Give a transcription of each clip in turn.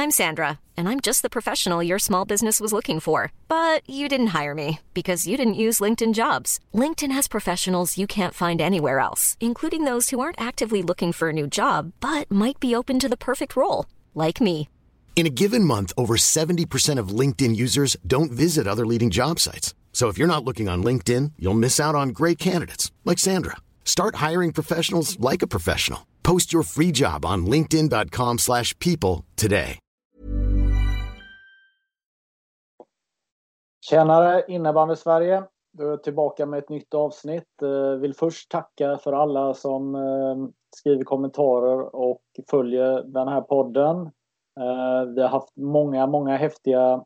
I'm Sandra, and I'm just the professional your small business was looking for. But you didn't hire me because you didn't use LinkedIn Jobs. LinkedIn has professionals you can't find anywhere else, including those who aren't actively looking for a new job, but might be open to the perfect role, like me. In a given month, over 70% of LinkedIn users don't visit other leading job sites. So if you're not looking on LinkedIn, you'll miss out on great candidates like Sandra. Start hiring professionals like a professional. Post your free job on linkedin.com/people today. Tjänare innebandy Sverige. Du är tillbaka med ett nytt avsnitt. Vill först tacka för alla som skriver kommentarer och följer den här podden. Vi har haft många häftiga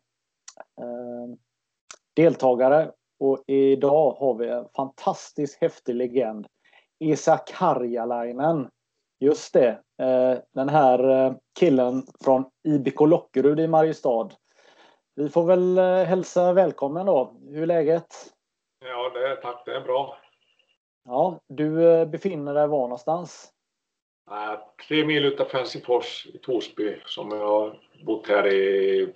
deltagare. Och idag har vi en fantastiskt häftig legend. Esa Karjalainen. Just det. Den här killen från IBK Lockerud i Mariestad. Vi får väl hälsa välkommen då. Hur är läget? Ja, tack. Det är bra. Ja, du befinner dig var någonstans? 3 mil utanför Helsingfors i Torsby, som jag har bott här i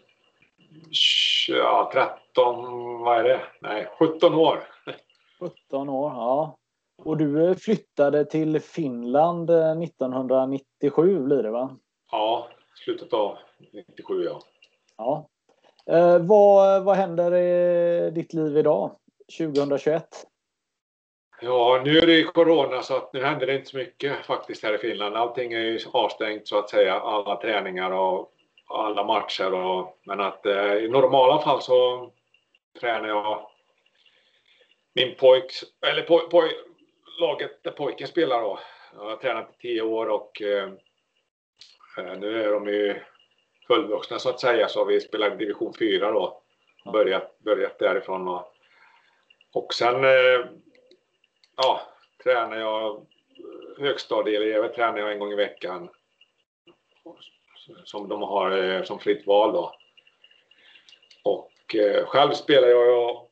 17 år. 17 år, ja. Och du flyttade till Finland 1997 blir det, va? Ja, slutet av 97, ja. Ja. Vad händer i ditt liv idag, 2021? Ja, nu är det ju corona så att nu händer det inte så mycket faktiskt här i Finland. Allting är ju avstängt så att säga, alla träningar och alla matcher. Men att i normala fall så tränar jag min laget där pojken spelar då. Jag har tränat i 10 år och nu är de ju fullvuxna så att säga, så vi spelar division 4 då. Börjat därifrån och sen tränar jag högstadieelever, tränar jag en gång i veckan som de har som fritt val då. Och själv spelar jag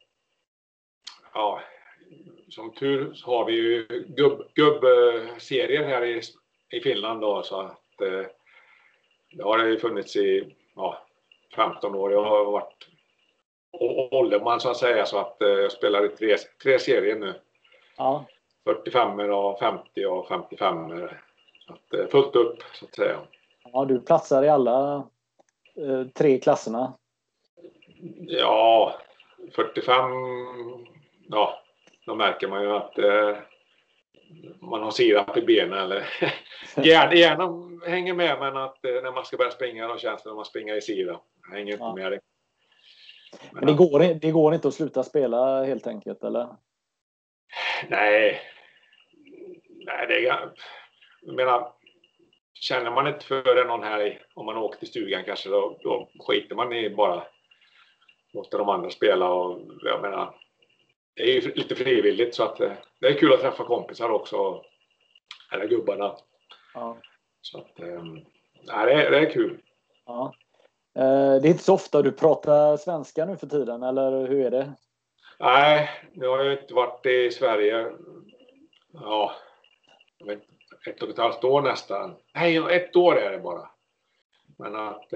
som tur så har vi ju gubbserier här i Finland då, så att det har ju funnits i 15 år. Jag har varit ålderman så att säga, så att jag spelar i tre serier nu. Ja. 45 och 50 och 55. Så att fullt upp så att säga. Ja, du platsar i alla 3 klasserna. Ja, 45, då märker man ju att man har sirap i benen eller hjärnan hänger med, men att när man ska börja springa då känns det när man springer i sirap. Hänger inte med det. Men det går inte att sluta spela helt enkelt, eller? Nej, jag menar, känner man inte för någon här, om man åker till stugan kanske, då skiter man i bara låter de andra spela. Och jag menar, det är ju lite frivilligt, så att det är kul att träffa kompisar också, eller gubbarna. Ja. Så att det är kul. Ja. Det är inte så ofta du pratar svenska nu för tiden, eller hur är det? Nej, nu har jag inte varit i Sverige 1,5 år nästan. Nej, 1 år är det bara. Men att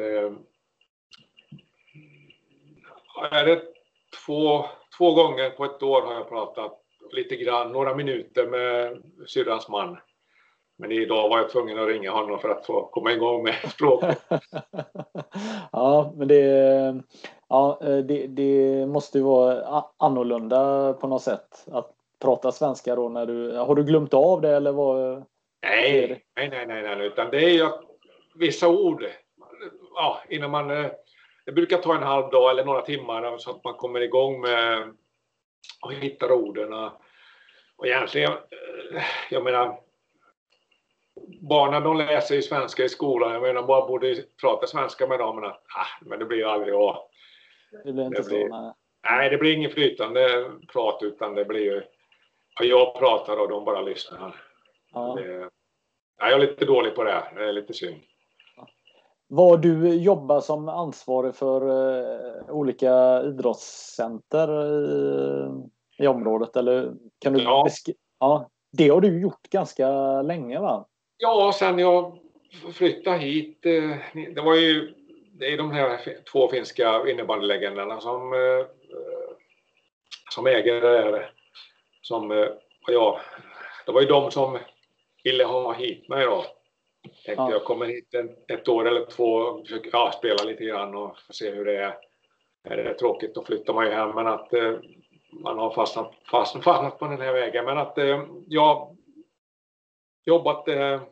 är det två gånger på 1 år har jag pratat lite grann, några minuter med syrrans man. Men idag var jag tvungen att ringa honom för att få komma igång med språket. Ja, men det måste ju vara annorlunda på något sätt att prata svenska då när har du glömt av det eller vad? Nej, utan det är ju vissa ord. Ja, innan man det brukar ta en halv dag eller några timmar så att man kommer igång med och hittar orden. Och egentligen, jag menar, barnen de läser ju svenska i skolan. Jag menar, bara borde prata svenska med dem, men det blir ju aldrig bra. Det blir inte så. Nej, det blir ingen flytande prat, utan det blir ju jag pratar och de bara lyssnar. Ja. Jag är lite dålig på det. Det är lite synd. Vad du jobbar som ansvarig för olika idrottscenter i området, eller kan du det har du gjort ganska länge, va? Ja, sen jag flyttade hit, det var ju det är de här två finska innebandylegenderna som äger det här. Det var ju de som ville ha hit mig då. Tänkte jag kommer hit ett år eller två och försöker spela lite grann och se hur det är. Är det tråkigt, då flyttar man ju hem, men att man har fastnat på den här vägen. Men att jag jobbat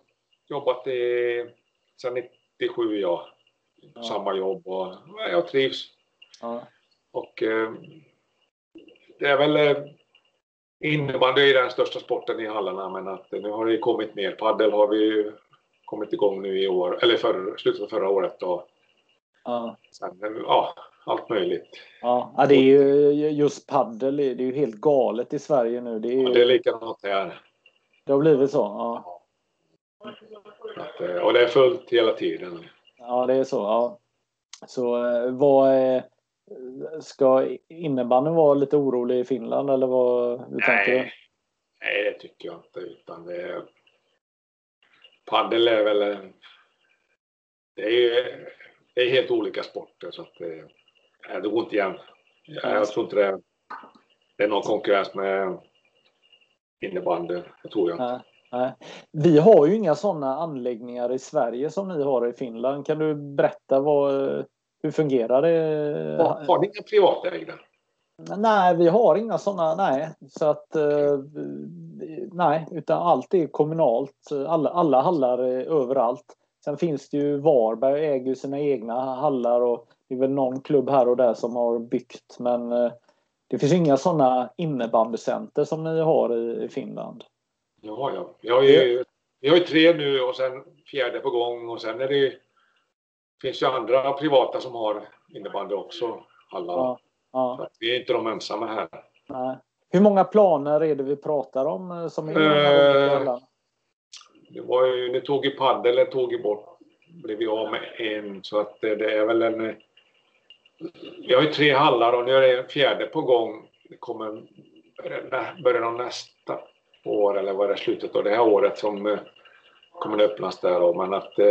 sedan 97, samma jobb, och jag trivs. Och det är väl innebandy är den största sporten i hallarna, men att nu har det kommit mer. Paddel har vi kommit igång nu i år, eller slutet av förra året, och sen, allt möjligt. Ja, det är ju just paddel, det är ju helt galet i Sverige nu. Det är likadant här. Det har blivit så, ja. Och det är fullt hela tiden. Ja, det är så, ja. Så ska innebandyn vara lite orolig i Finland, eller hur tänker du? Nej, det tycker jag inte, utan paddel är väl det är helt olika sporter, så att det går inte igen. Jag tror inte det är någon konkurrens med innebandy, det tror jag inte. Nej. Vi har ju inga sådana anläggningar i Sverige som ni har i Finland. Kan du berätta hur fungerar det? Har ni inga privatägda? Nej, vi har inga sådana, nej. Så att nej, utan allt är kommunalt. Alla hallar är överallt. Sen finns det ju Varberg äger sina egna hallar, och det är väl någon klubb här och där som har byggt, men det finns inga sådana innebandycenter som ni har i Finland. Ja. Vi har ju 3 nu och sen 4:e på gång, och sen finns ju andra privata som har innebandy också, alla. Så att vi är inte de ensamma här. Nej. Hur många planer är det vi pratar om som är nu tog ju paddel blev vi av med en, så att det är väl vi har ju 3 hallar och nu är det en 4:e på gång. Det kommer början av nästa år, eller var det slutet av det här året som kommer det öppnas där då. Men att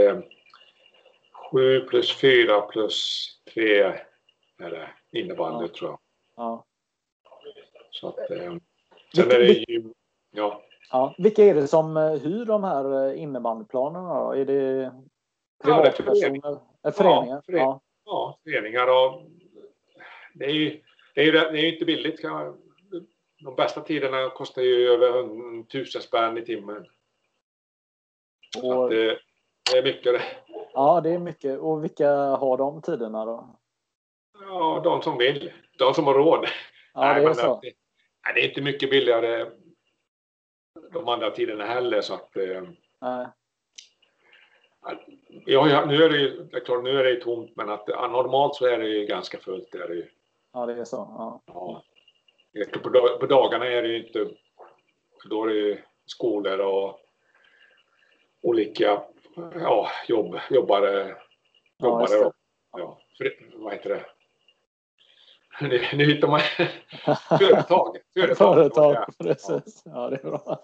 7 + 4 + 3 är det innebandy, tror jag. Ja. Så att sen är det gym. Ja, vilka är det som hyr de här innebandyplanerna då? Är det privatpersoner? Föreningar? Ja, föreningar, och det är ju inte billigt. De bästa tiderna kostar ju över 1000 spänn i timmen. Och det är mycket det. Ja, det är mycket. Och vilka har de tiderna då? Ja, de som vill. De som har råd. Ja, det är så. Det är inte mycket billigare de andra tiderna heller, så att nej. Nu är det ju tomt, men att normalt så är det ju ganska fullt. Det är det ju. Ja, det är så. Ja. På dagarna är det ju inte, då är det ju skolor och olika jobbare då. Ja, vad heter det? Nu hittar man företag, precis. Ja, det är bra.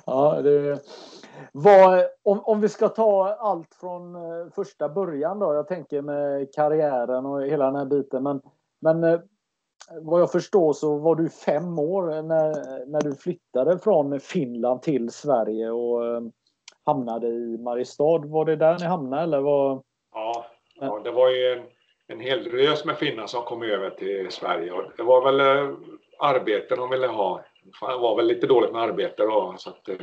Ja, om vi ska ta allt från första början då, jag tänker med karriären och hela den här biten, men vad jag förstår så var du 5 år när du flyttade från Finland till Sverige och hamnade i Mariestad. Var det där ni hamnade, eller vad? Ja, det var ju en hel rös med finnar som kom över till Sverige, och det var väl arbeten de ville ha. Det var väl lite dåligt med arbete då, så att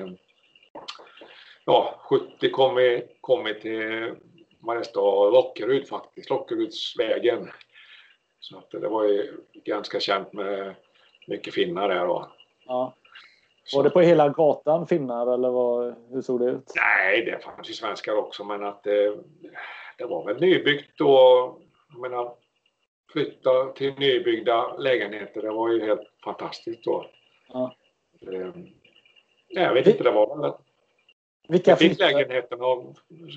70 kom vi till Mariestad och Lockerud faktiskt, Lockerudsvägen. Så att det var ju ganska känt med mycket finnar där då. Ja. Var det på hela gatan finnar, eller hur såg det ut? Nej, det fanns ju svenskar också, men att det var väl nybyggt då. Jag menar, flytta till nybyggda lägenheter, det var ju helt fantastiskt då. Ja. Jag vet inte, det var väl. Vilka fick lägenheten av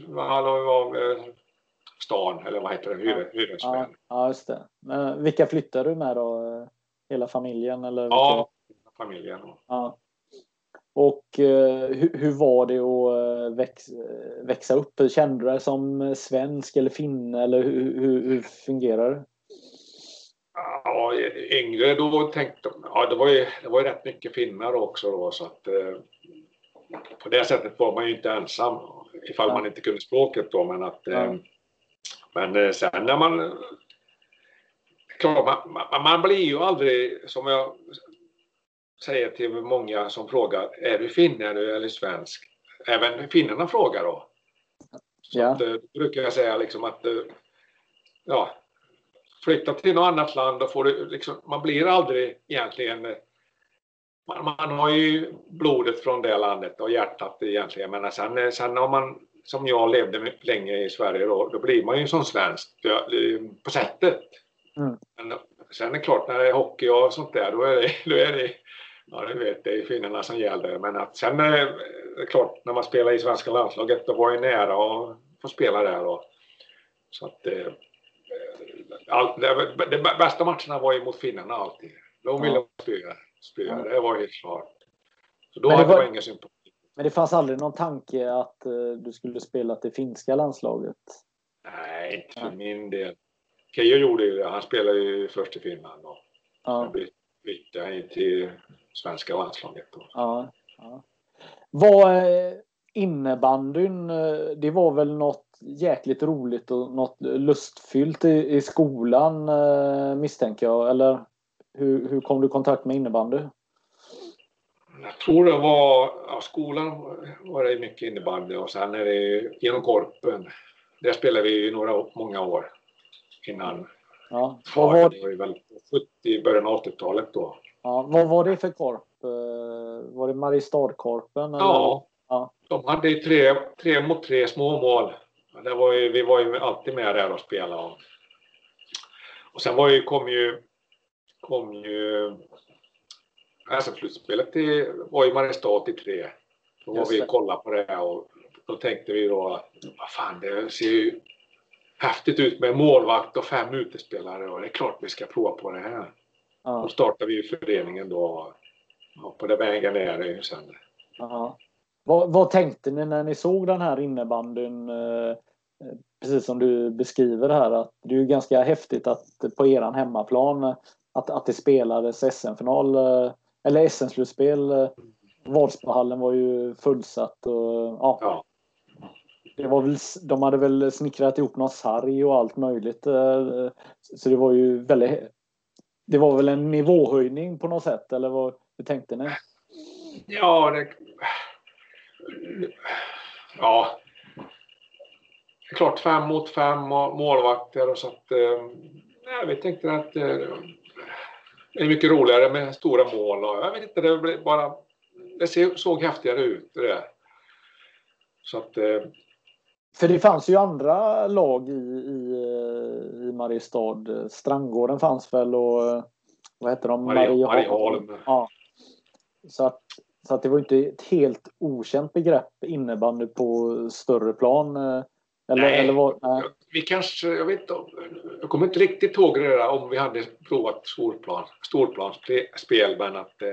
stan, eller vad heter det? Hyresvärden. Ja, just det. Men vilka flyttade du med då? Hela familjen? Eller ja, familjen. Ja. Och hur var det att växa upp? Kände du dig som svensk eller finne? Eller hur fungerar det? Ja, yngre då tänkte ja, det var ju rätt mycket finnar också då, så att på det sättet var man ju inte ensam ifall man inte kunde språket då, men att men sen när man blir ju aldrig, som jag säger till många som frågar, är du finne eller svensk? Även finnarna frågar då. Så att, brukar jag säga liksom att flytta till något annat land och får du liksom, man blir aldrig egentligen, man har ju blodet från det landet och hjärtat egentligen, men sen om man, som jag levde länge i Sverige då blir man ju som svensk på sättet. Men sen är det klart, när det är hockey och sånt där, då är det ja, det vet, det är finnarna som gäller, men att sen är det klart, när man spelar i svenska landslaget, då var jag nära att få spela där då. Så att de bästa matcherna var ju mot finnarna alltid. De ville spela. Det var helt klart. Så då hade jag ingen sympati. Men det fanns aldrig någon tanke att du skulle spela till finska landslaget? Nej, inte för min del. Keijo gjorde ju det. Han spelade ju först i Finland då. Sen bytte jag till svenska landslaget då. Vad innebandyn, det var väl något jäkligt roligt och något lustfyllt i skolan, misstänker jag, eller hur kom du i kontakt med innebandy? Jag tror det var, skolan var det mycket innebandy, och sen är det genom Korpen. Där spelade vi ju många år innan. Vad var det var ju väl 70, början av 80-talet då. Vad var det för korp? Var det Mariestad-korpen? Ja. De hade ju 3 mot 3 små mål. Vi var ju alltid med där och spelade. Och sen kom ju SM-slutspelet var ju Mariestad 83. Då var vi och kollade på det, och då tänkte vi då att vad fan, det ser ju häftigt ut med målvakt och 5 utespelare, och det är klart vi ska prova på det här. Då startade vi ju föreningen då, och på det vägen är det ju sen. Vad tänkte ni när ni såg den här innebandyn, precis som du beskriver här, att det är ju ganska häftigt att på eran hemmaplan att det spelades SM-final eller SM-slutspel. Vadsbohallen var ju fullsatt och det var väl, de hade väl snickrat ihop någon sarg och allt möjligt, så det var ju det var väl en nivåhöjning på något sätt, eller hur tänkte ni? Ja, det är klart 5 mot 5 och målvakter, och så att vi tänkte att det är mycket roligare med stora mål, och jag vet inte, det såg häftigare ut det. Så att för det fanns ju andra lag i Mariestad. Strandgården fanns väl, och vad heter de? Marieholm. Ja. Så att det var inte ett helt okänt begrepp innebandy på större plan. Nej. Vi kanske, jag vet inte, jag kommer inte riktigt ihåg det där, om vi hade provat storplansspel, men att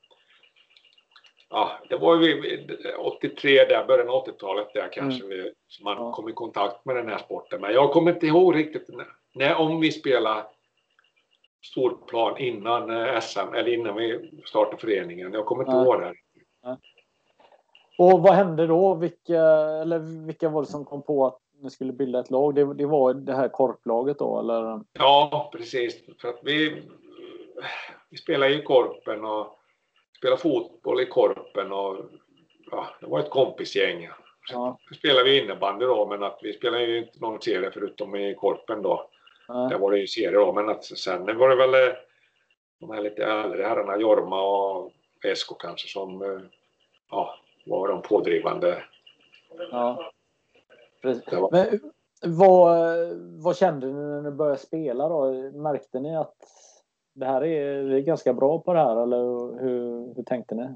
det var ju 83 där, början av 80-talet där kanske man kom i kontakt med den här sporten. Men jag kommer inte ihåg riktigt om vi spelade storplan innan SM eller innan vi startade föreningen. Jag kommer inte ihåg det. Och vad hände då? Vilka var det som kom på att ni skulle bilda ett lag? Det var det här korplaget då, eller? Ja, precis. För att vi spelade i Korpen och spelade fotboll i Korpen, och det var ett kompisgäng. Så spelade vi innebandy då, men att vi spelade ju inte någon serie förutom i Korpen då. Där var det ju serie då, men att sen var det väl de här lite äldre herrarna, Jorma och Esko kanske, som var de pådrivande. Ja, precis. Men vad kände ni när ni började spela då? Märkte ni att det här är ganska bra på det här, eller hur tänkte ni?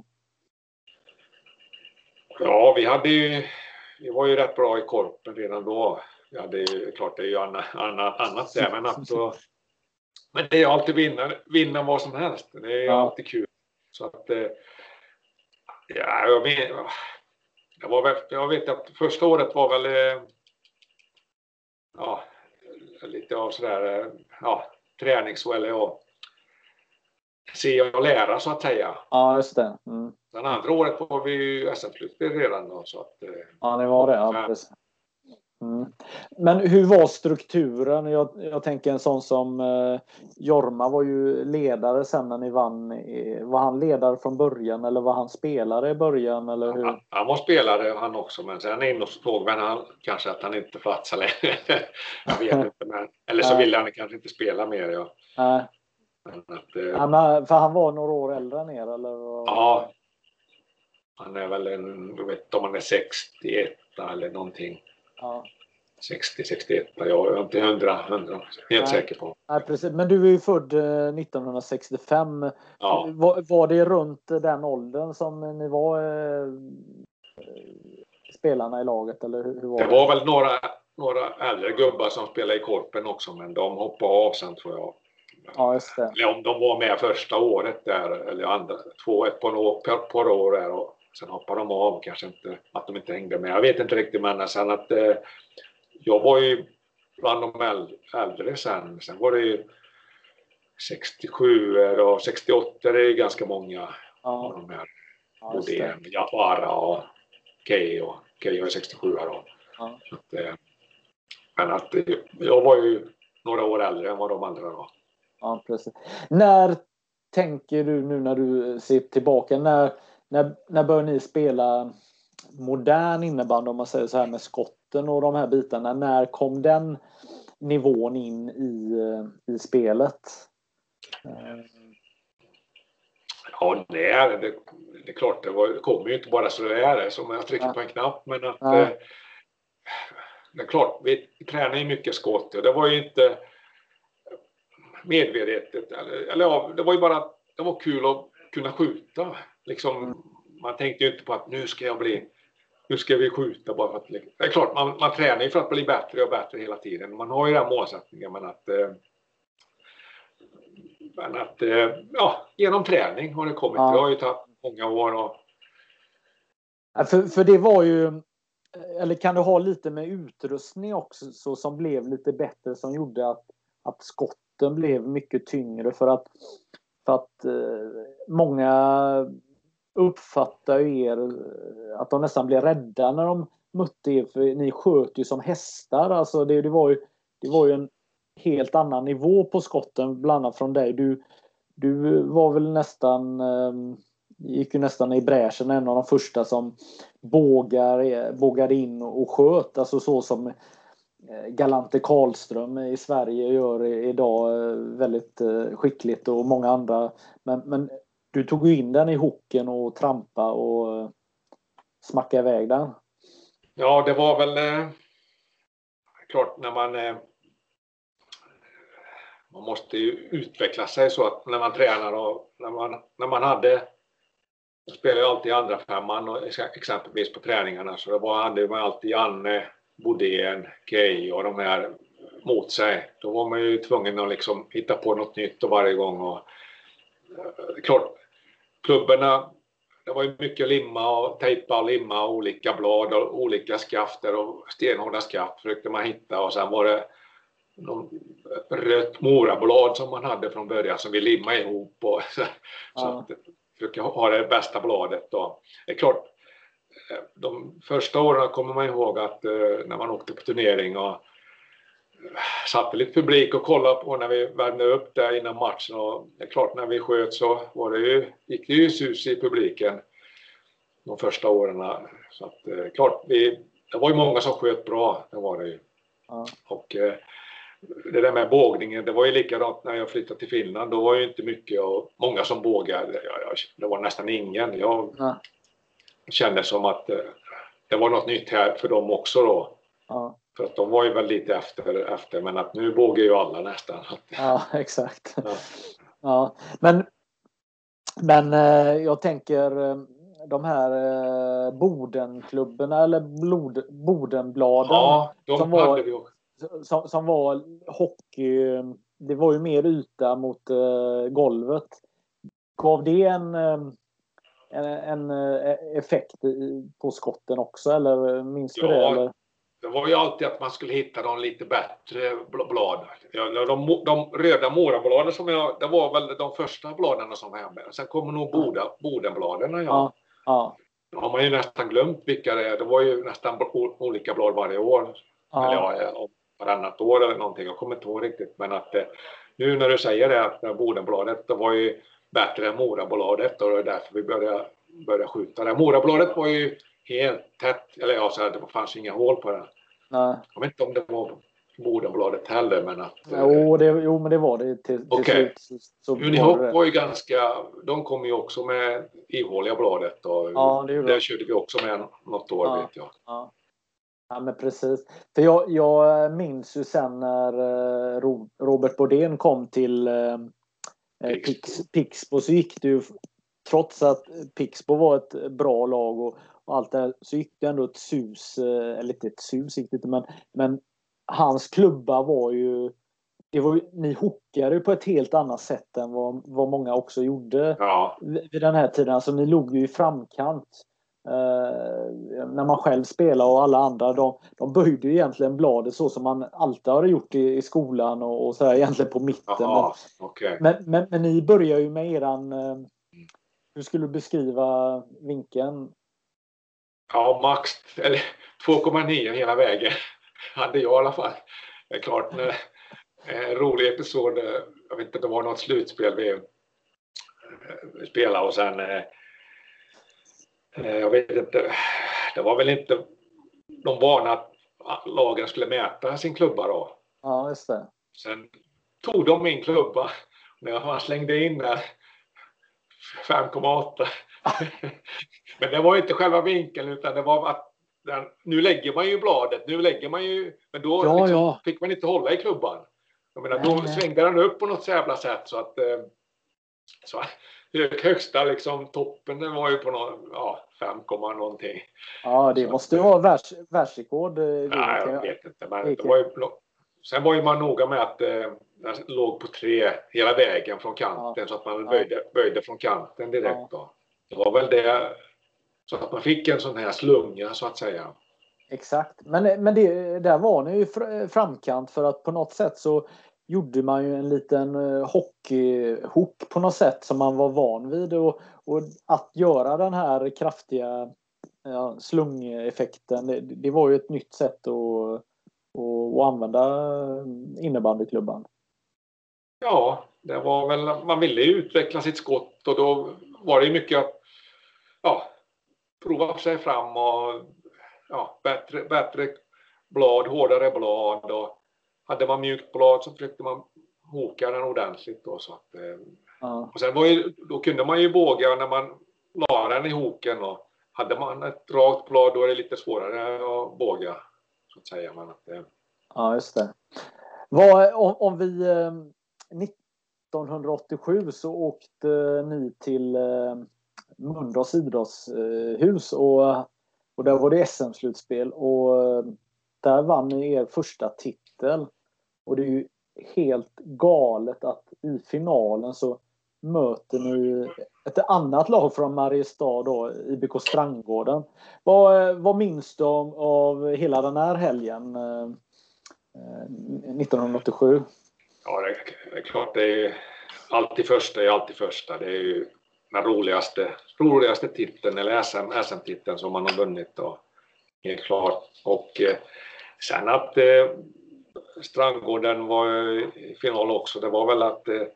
Ja, vi var ju rätt bra i Korpen redan då. Vi hade klart, det är ju annat där, men det är alltid vinna vad som helst. Det är alltid kul. Så att Ja, jag vet att första året var väl lite av sådär träningsväl och se och lära så att säga. Ja, just det. Mm. Den andra året var vi ju SM-slutspel redan då, så att... Ja, det var det. Ja, precis. Mm. Men hur var strukturen? Jag tänker en sån som Jorma var ju ledare sen när ni vann. Var han ledare från början eller var han spelare i början? Eller hur? Han var spelare han också, men sen insåg han kanske att han inte platsade längre. Jag vet inte, men, eller så ville han kanske inte spela mer. Ja. Nej. För han var några år äldre än er? Eller? Ja. Han är väl jag vet inte om han är 61 eller någonting. Ja. 60-61, jag är inte 100 helt säker på. Nej, precis. Men du är ju född 1965. Ja. Var det runt den åldern som ni var spelarna i laget? Eller hur var det? Det var väl några äldre gubbar som spelade i Korpen också, men de hoppade av sen tror jag. Ja, just det. Eller om de var med första året där, eller andra, ett par år där och sen hoppade de av, kanske inte att de inte hängde med. Jag vet inte riktigt, men sen att jag var ju bland de äldre sen var det ju 67 och 68, det är ganska många av de här. Bodén, Jafara och Keijo är 67 då. Ja. Så att, men att jag var ju några år äldre än vad de andra då. Ja, precis. När tänker du nu när du ser tillbaka, när bör ni spela modern innebandy, om man säger så här, med skotten och de här bitarna? När kom den nivån in i spelet? Ja, det är klart, det kommer ju inte bara så det är som jag trycker på en knapp, men att det är klart, vi tränar ju mycket skott och det var ju inte medvetet, eller det var ju bara att det var kul att kunna skjuta. Liksom, man tänkte ju inte på att nu ska vi skjuta bara för att, det är klart, man tränar ju för att bli bättre och bättre hela tiden. Man har ju den målsättningen, men att genom träning har det kommit. Det har ju tagit många år. Och... För det var ju, eller kan du ha lite med utrustning också så som blev lite bättre, som gjorde att skotten blev mycket tyngre, för att många uppfattar er att de nästan blev rädda när de mötte er, för ni sköt ju som hästar. Alltså det var ju en helt annan nivå på skotten, bland annat från dig. Du var väl gick ju nästan i bräschen, en av de första som bågade in och sköt, alltså så som Galante Karlström i Sverige gör idag väldigt skickligt, och många andra, men du tog ju in den i hocken och trampa och smacka iväg den. Ja, det var väl klart, när man måste ju utveckla sig så att när man tränar och när man jag spelade ju alltid andra femman och exempelvis på träningarna, så hade man alltid Janne, Bodén, Kei och de här mot sig. Då var man ju tvungen att liksom hitta på något nytt och varje gång. Och klart, klubbarna, det var ju mycket limma och tejpa och limma och olika blad och olika skafter och stenhårda skaft försökte man hitta, och sen var det rött morablad som man hade från början som vi limmade ihop och så att försöka ha det bästa bladet då. Det är klart, de första åren kommer man ihåg att när man åkte på turnering och satte lite publik och kollade på när vi värmde upp där innan matchen, och det är klart, när vi sköt så gick det ju sus i publiken de första åren. Så att klart, det var ju många som sköt bra, det var det ju. Och det där med bågningen, det var ju likadant när jag flyttade till Finland. Då var ju inte mycket och många som bågade. Det var nästan ingen. Jag kände som att det var något nytt här för dem också då. Ja. För att de var ju väl lite efter, men att nu bågar ju alla nästan. Ja, exakt. Ja. Men jag tänker de här Bodenklubbarna eller Bodenbladen. Ja, de hade vi också. Som var hockey, det var ju mer yta mot golvet. Gav det en effekt på skotten också, eller minns du det? Eller? Det var ju alltid att man skulle hitta de lite bättre blad. De röda morabladen som det var väl de första bladen som var hemma. Sen kommer nog Bodenbladen. Ja. Då har man ju nästan glömt vilka det är. Det var ju nästan olika blad varje år. Eller varannat år eller någonting. Jag kommer inte ihåg riktigt. Men att nu när du säger det, att Bodenbladet, det var ju bättre än Morabladet. Och det är därför vi började skjuta det. Morabladet var ju helt tätt. Eller så här, det fanns inga hål på det. Nej. Jag vet inte om det var Bodenbladet heller, men att... Jo, men det var det till slut. Unihopp var ju ganska... De kom ju också med ihåliga bladet. Och det körde vi också med något år, vet jag. Ja, men precis. För jag minns ju sen när Robert Bodén kom till Pixbo, så gick det ju, trots att Pixbo var ett bra lag och allt det här, så gick det ändå ett sus, eller inte ett sus gick det inte, men hans klubba var ju, ni hookade på ett helt annat sätt än vad många också gjorde vid den här tiden. Alltså ni låg ju i framkant när man själv spelade, och alla andra de böjde ju egentligen bladet så som man alltid har gjort i skolan och så här, egentligen på mitten. Men ni börjar ju med eran, hur skulle du beskriva vinkeln? Ja, max eller 2,9 hela vägen hade jag i alla fall. Det är klart, en rolig episod, jag vet inte, det var något slutspel vi spelade och sen jag vet inte, det var väl inte de vana att lagen skulle mäta sin klubba då. Ja, just det. Sen tog de min klubba när man slängde in 5,8. Men det var inte själva vinkeln, utan det var att nu lägger man ju bladet, men då fick man inte hålla i klubban. Jag menar, då svängde den upp på något jävla sätt så att högsta liksom toppen, den var ju på 5, någonting. Ja, det så måste vara världsrekord. Nej, jag vet inte, men det var ju, sen var ju man noga med att den låg på 3 hela vägen från kanten, så att man böjde från kanten direkt då. Det var väl det, så att man fick en sån här slunga så att säga. Exakt, men det, där var ni ju framkant, för att på något sätt så gjorde man ju en liten hockeyhook på något sätt som man var van vid, och att göra den här kraftiga slungeffekten, det var ju ett nytt sätt att använda innebandyklubban. Ja, det var väl, man ville utveckla sitt skott, och då var det ju mycket att prova sig fram och bättre blad, hårdare blad, och hade man mjukt blad så försökte man hoka den ordentligt då, så att och sen då kunde man ju båga när man la den i hoken, och hade man ett rakt blad då är det lite svårare att båga så att säga, men att ja, just det. Om vi 1987 så åkte ni till Mölndals idrottshus, och där var det SM-slutspel, och där vann ni er första titel, och det är ju helt galet att i finalen så möter ni ett annat lag från Mariestad då, IBK Strandgården. Vad minns du av hela den här helgen 1987? Ja, det är klart, det är alltid första. Det är ju den roligaste titeln, eller SM-titeln som man har vunnit då, helt klart. Och sen att Strandgården var i final också, det var väl att det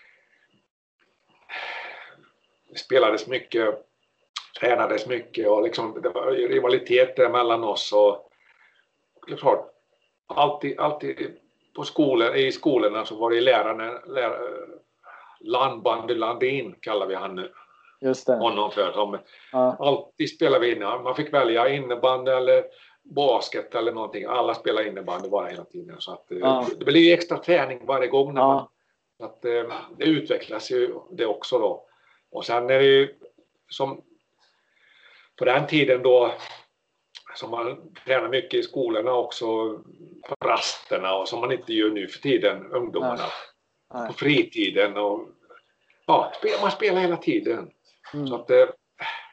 spelades mycket, tränades mycket, och liksom det var rivaliteter mellan oss, och det är klart, alltid på i skolorna så var det lärare Landbandy Landin kallar vi han nu. Just det. Honom för. Alltid spelade vi inne. Man fick välja innebandy eller basket eller någonting. Alla spelar innebandy bara hela tiden. Så att, det blir extra träning varje gång. När man, så att, det utvecklas ju det också då. Och sen är det ju som på den tiden då, som man tränar mycket i skolorna också, på rasterna, och som man inte gör nu för tiden, ungdomarna. På fritiden, och man spelar hela tiden. Så att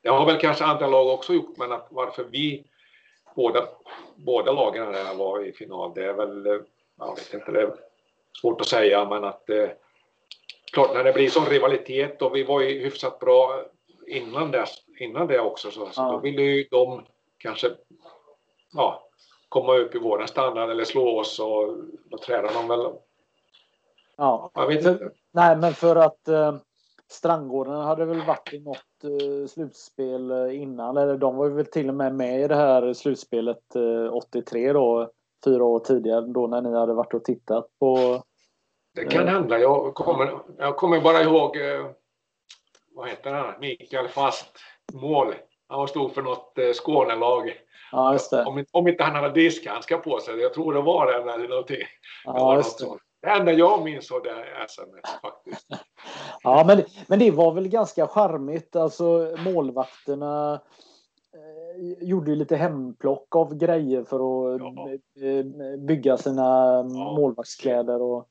Det har väl kanske andra lag också gjort, men att varför vi båda lagen där var i final, det är väl, jag vet inte, det är svårt att säga, men att klart när det blir sån rivalitet, och vi var ju hyfsat bra innan det också, så då ville ju de kanske komma upp i våran standard eller slå oss, och då tränar de väl. Ja, jag vet inte. Nej, men för att Strandgården hade väl varit i något slutspel innan, eller de var ju väl till och med i det här slutspelet 83 då, 4 år tidigare då, när ni hade varit och tittat på. Det kan hända. Jag kommer bara ihåg vad heter han? Mikael Fast mål. Han var stor för något Skånelag. Ja, just det. Om inte han hade diskhandskar på sig. Jag tror det var det eller någonting. Ja, just det. Det enda jag minns av det SMS faktiskt. Ja, men det var väl ganska charmigt. Alltså målvakterna gjorde ju lite hemplock av grejer för att bygga sina målvaktskläder. Och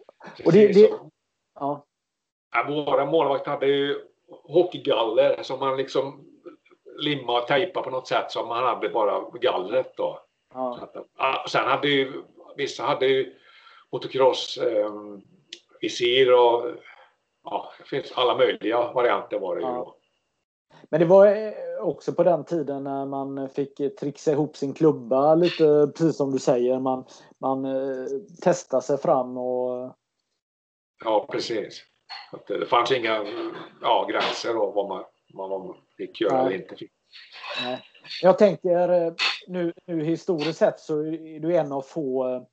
våra målvakter hade ju hockeygaller som man liksom limma och tejpa på något sätt, som man hade bara gallret då. Ja. Sen hade ju vissa hade ju motocross visir och det finns alla möjliga varianter var det ju då. Men det var också på den tiden när man fick trixa ihop sin klubba lite, precis som du säger, man testade sig fram och. Ja, precis. Att det fanns inga gränser då, vad man fick göra eller inte fick. Nej. Jag tänker nu historiskt sett så är du en av få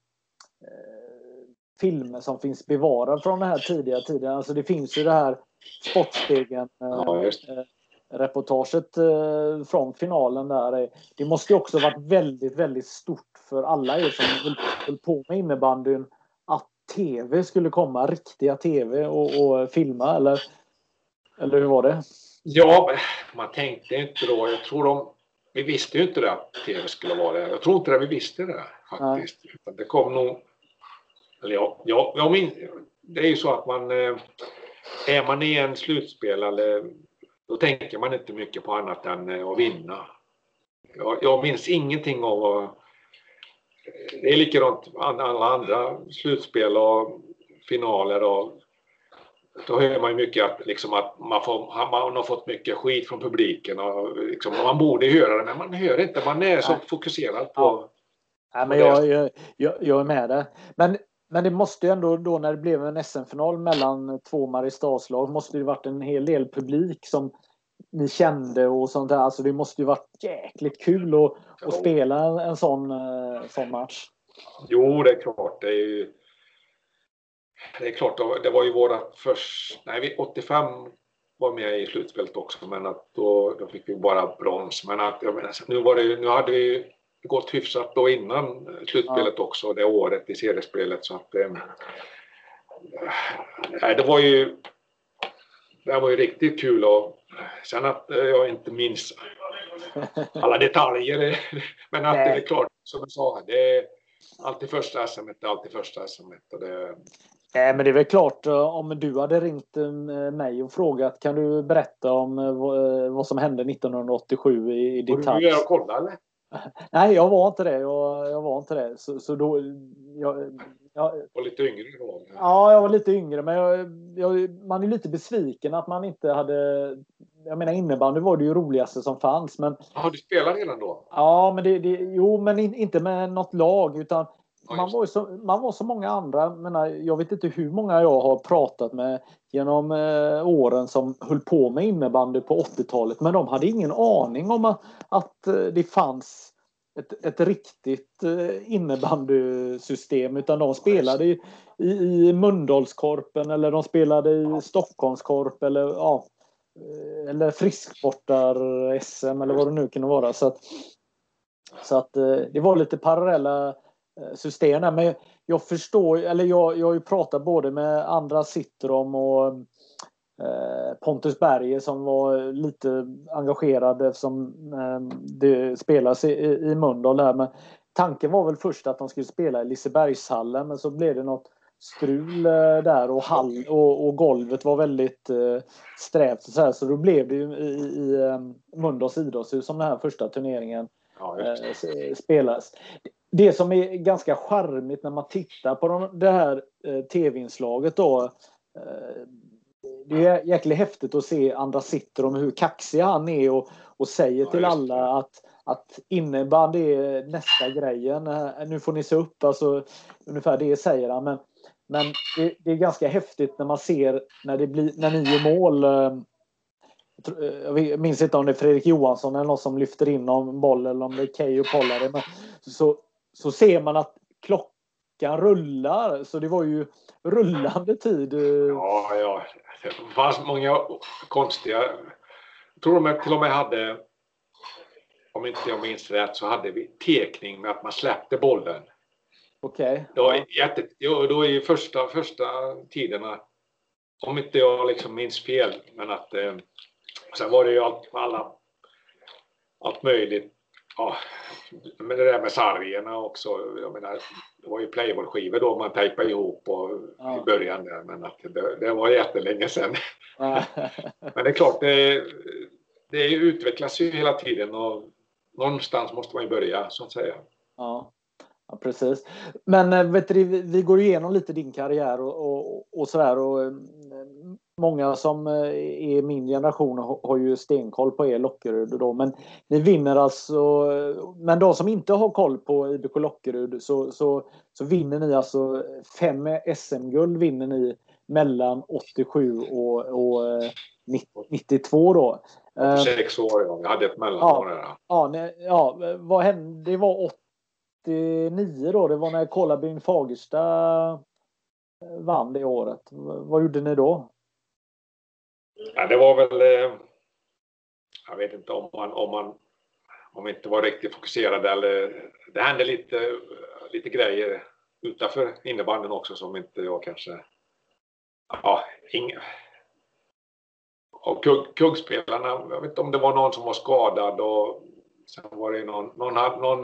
filmer som finns bevarad från den här tidiga tiden. Alltså det finns ju det här Sportspegeln reportaget från finalen där. Det måste ju också varit väldigt, väldigt stort för alla er som höll på med innebandyn att tv skulle komma, riktiga tv och filma, eller hur var det? Ja, man tänkte inte då. Jag tror vi visste ju inte det att tv skulle vara det. Jag tror inte det vi visste det faktiskt. Utan det kom nog. Eller jag minns, det är ju så att är man i en slutspel eller då tänker man inte mycket på annat än att vinna. Jag minns ingenting av det är likadant alla andra slutspel och finaler, och då hör man ju mycket att man har fått mycket skit från publiken och man borde höra det, men man hör inte, man är så fokuserad på. Ja, men jag är med det. Men det måste ju ändå då, när det blev en SM-final mellan två Mariestadslag, måste det varit en hel del publik som ni kände och sånt där. Alltså det måste ju varit jäkligt kul att spela en sån match. Jo, det är klart. Det är klart, det var ju vårat 85 var med i slutspelet också, men att då fick vi bara brons. Men att nu hade vi gått hyfsat då innan slutspelet också, det året i seriespelet, så att det var ju riktigt kul, och sen att jag inte minns alla detaljer, men att det är klart, som du sa, det är alltid första SM-et och det. Men det är väl klart, om du hade ringt mig och frågat, kan du berätta om vad som hände 1987 i detalj? Var du göra och kolla eller? Nej, jag var inte det. Jag var inte det. Så då jag var lite yngre då. Ja, jag var lite yngre, men man är lite besviken att man inte hade. Jag menar, innebandy var det ju roligaste som fanns, men. Har du spelat redan då? Ja, men men inte med något lag, utan man var så många andra. Jag vet inte hur många jag har pratat med genom åren som höll på med innebandy på 80-talet, men de hade ingen aning om att det fanns ett riktigt innebandysystem, utan de spelade i Mölndalskorpen, eller de spelade i Stockholmskorp, eller frisksportar SM eller vad det nu kunde vara, så att det var lite parallella system där. Men jag förstår, eller jag har ju pratat både med andra Cittrom och Pontus Berger som var lite engagerad eftersom det spelas i Mölndal där. Men tanken var väl först att de skulle spela i Lisebergshallen, men så blev det något strul där och golvet var väldigt strävt och så här, så då blev det ju i Mölndals idrottshus som den här första turneringen spelas. Det som är ganska charmigt när man tittar på det här tv-inslaget då, det är jäkligt häftigt att se andra sitter om hur kaxig han är och säger till alla att innebandy är nästa grejen. Nu får ni se upp, alltså ungefär det säger han. Men det är ganska häftigt när man ser när ni gör mål. Jag minns inte om det är Fredrik Johansson eller någon som lyfter in någon boll eller om det är Keyyo Pollari. Men så ser man att klockan rullar. Så det var ju rullande tid. Ja. Det fanns många konstiga... Jag tror de till och med hade, om inte jag minns rätt, så hade vi tekning med att man släppte bollen. Okej. Då i första tiderna, om inte jag liksom minns fel, men att sen var det ju allt möjligt. Ja, men det där med sargerna också. Jag menar, det var ju Playboy-skivor då man tejpade ihop i början där, men att det var jättelänge sedan. Men det är klart, det utvecklas ju hela tiden och någonstans måste man ju börja, så att säga. Ja, precis. Men vet du, vi går igenom lite din karriär och sådär, och många som är min generation har ju stenkoll på er Lockerud då, men ni vinner alltså, men de som inte har koll på IBK Lockerud så vinner ni alltså 5 SM-guld vinner ni mellan 87 och 92 då. 6 år, ja. Jag hade ett mellanår där. Ja, vad hände? Det var 89 då, det var när Kollabyn Fagersta vann det året. Vad gjorde ni då? Ja, det var väl, jag vet inte om inte var riktigt fokuserad, eller det hände lite grejer utanför innebandyn också som inte jag kanske, och kuggspelarna, jag vet inte om det var någon som var skadad, och sen var det någon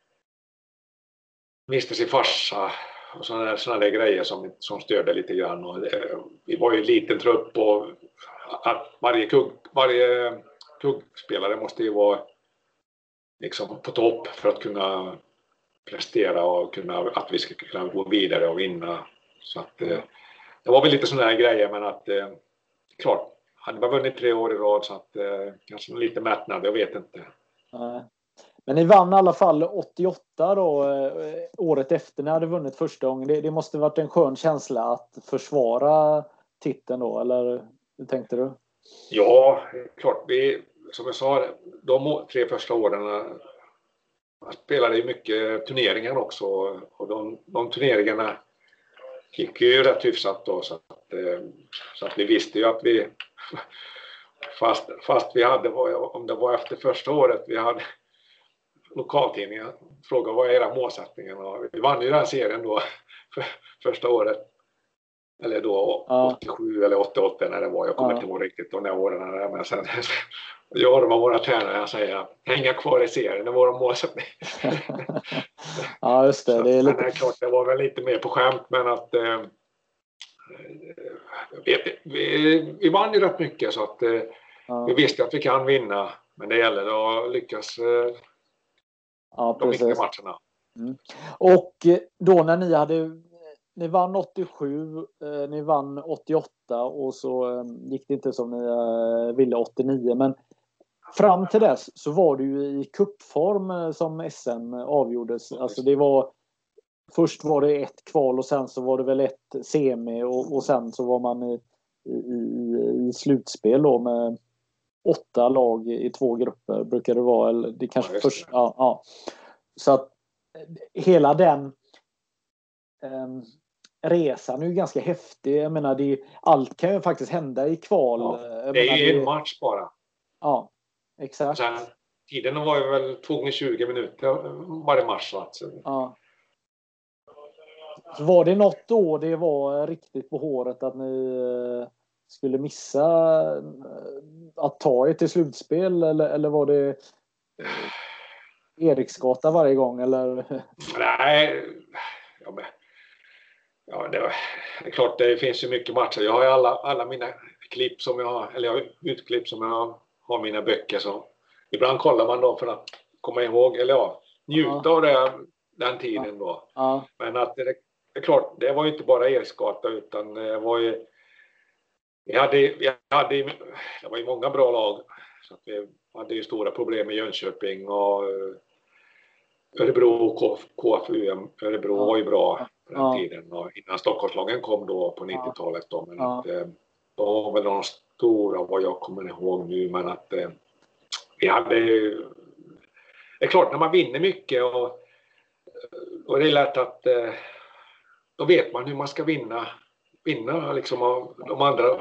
miste sin farsa och såna där grejer som störde lite grann, och vi var ju en liten trupp, och att varje kuggspelare måste ju vara liksom på topp för att kunna prestera och att vi ska kunna gå vidare och vinna. Så att det var väl lite sådana här grejer, men att klart, hade man vunnit 3 år i rad, så att kanske lite mättnad, jag vet inte. Men ni vann i alla fall 88 då, året efter ni hade vunnit första gången. Det måste varit en skön känsla att försvara titeln då, eller hur tänkte du? Ja, klart. Som jag sa, de 3 första åren spelade ju mycket turneringar också, och de turneringarna gick ju rätt hyfsat då, så att vi visste ju att vi fast vi hade, om det var efter första året, vi hade lokaltidningen frågade vad är era målsättningar, och vi vann ju den serien då för första året, eller då 87 eller 88 när det var, jag kommer inte ihåg riktigt de där åren där, men sen jag och våra tränare, jag säger hänga kvar i serien, det var vår målsättning. Ja, just det. Det är lite... klart, det var väl lite mer på skämt, men att vi vann ju rätt mycket, så att vi visste att vi kan vinna, men det gäller att lyckas de viktiga matcherna. Mm. Och då när ni vann 87, ni vann 88 och så gick det inte som ni ville 89, men fram till dess så var det ju i cupform som SM avgjordes. Alltså det var, först var det ett kval och sen så var det väl ett semi och sen så var man i slutspel då med 8 lag i 2 grupper brukar det vara, eller det kanske först, ja. Så att hela den resan är ju ganska häftig. Jag menar, allt kan ju faktiskt hända i kval. Ja, det är ju en match bara. Ja, exakt. Sen, tiden var ju väl 2 gånger 20 minuter varje match. Alltså. Ja. Så var det något då det var riktigt på håret att ni skulle missa att ta er till slutspel, eller var det Eriksgata varje gång, eller? Nej, Ja, det är klart, det finns ju mycket matcher. Jag har ju alla mina klipp som jag har, eller jag har utklipp som jag har mina böcker. Så ibland kollar man dem för att komma ihåg, eller ja, njuta av den tiden då. Ja. Men att det är klart, det var ju inte bara Eriksgata, utan det var ju, det var ju många bra lag. Så att vi hade ju stora problem med Jönköping och Örebro och KFUM. Örebro var ju bra på den tiden, och innan Stockholmslagen kom då på 90-talet då, men att då var väl de stora vad jag kommer ihåg nu, men att vi hade ju, det är klart när man vinner mycket och det är lätt att då vet man hur man ska vinna liksom av de andra.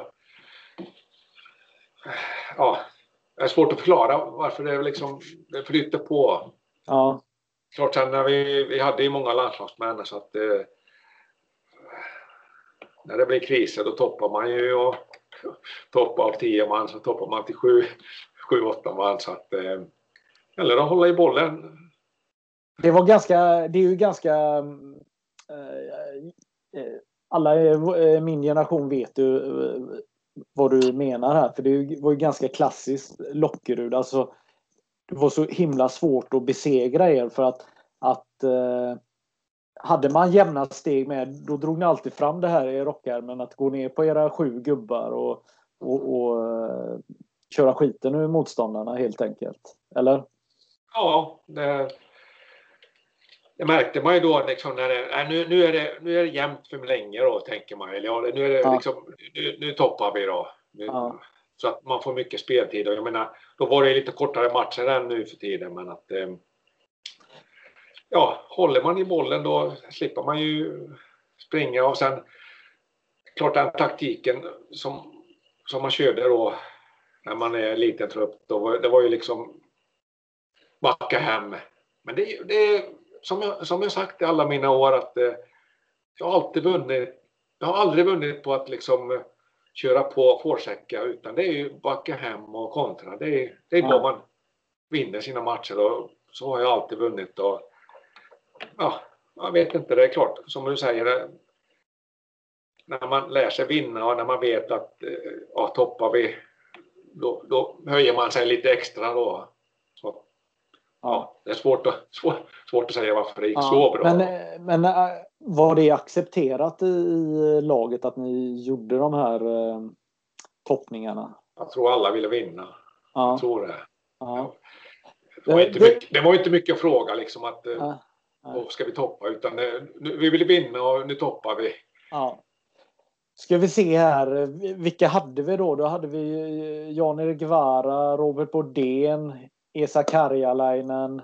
Ja, det är svårt att förklara varför det liksom det flyter på. Ja. Klart sen när vi hade ju många landslagsmän, så att när det blir kriser då toppar man ju, och toppar av 10 man så toppar man till 7-8 man, så att eller att hålla i bollen. Det är ju ganska alla i min generation vet ju vad du menar här, för det var ju ganska klassiskt Lockerud, alltså det var så himla svårt att besegra er, för att hade man jämna steg med, då drog ni alltid fram det här i rockärmen, att gå ner på era 7 gubbar och köra skiten ur motståndarna helt enkelt, eller? Ja, det märkte man ju då liksom, när nu är det jämnt för länge då, tänker man, eller ja, nu är det liksom, nu toppar vi då. Så att man får mycket speltid, och jag menar, då var det lite kortare matcher än nu för tiden, men att håller man i bollen då slipper man ju springa, och sen klart den taktiken som man körde då när man är liten trupp, det var ju liksom backa hem. Men det som jag sagt i alla mina år, att jag har aldrig vunnit på att liksom köra på forsäcka, utan det är ju backa hem och kontra. Det är då man vinner sina matcher, och så har jag alltid vunnit. Och jag vet inte, det är klart som du säger, när man lär sig vinna och när man vet att toppar vi, då höjer man sig lite extra då. Så, det är svårt att säga varför det gick så bra. Men var det accepterat i laget att ni gjorde de här toppningarna? Jag tror alla ville vinna. Jag tror det. Ja. Det var inte mycket att fråga liksom, att ska vi toppa, utan vi ville vinna och nu toppar vi. Ja. Ska vi se här, vilka hade vi då? Då hade vi Jan-Erik Vara, Robert Bodén, Esa Karjalainen,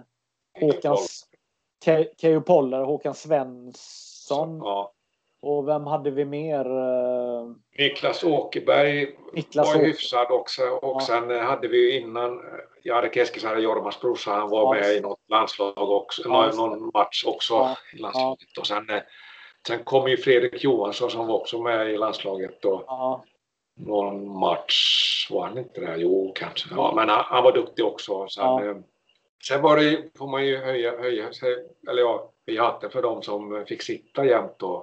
Keijo Poller, Håkan Svensson. Ja. Och vem hade vi mer? Niklas Åkerberg var hyfsad också. Och sen hade vi innan Jari Keskisarja, Jormas brorsa, han var med i något landslag också, någon match också i landslaget. Och sen kom ju Fredrik Johansson som var också med i landslaget och någon match var han inte där, jo kanske. Ja, men han var duktig också. Sen var det, får man ju höja sig, eller vi hade för dem som fick sitta jämt och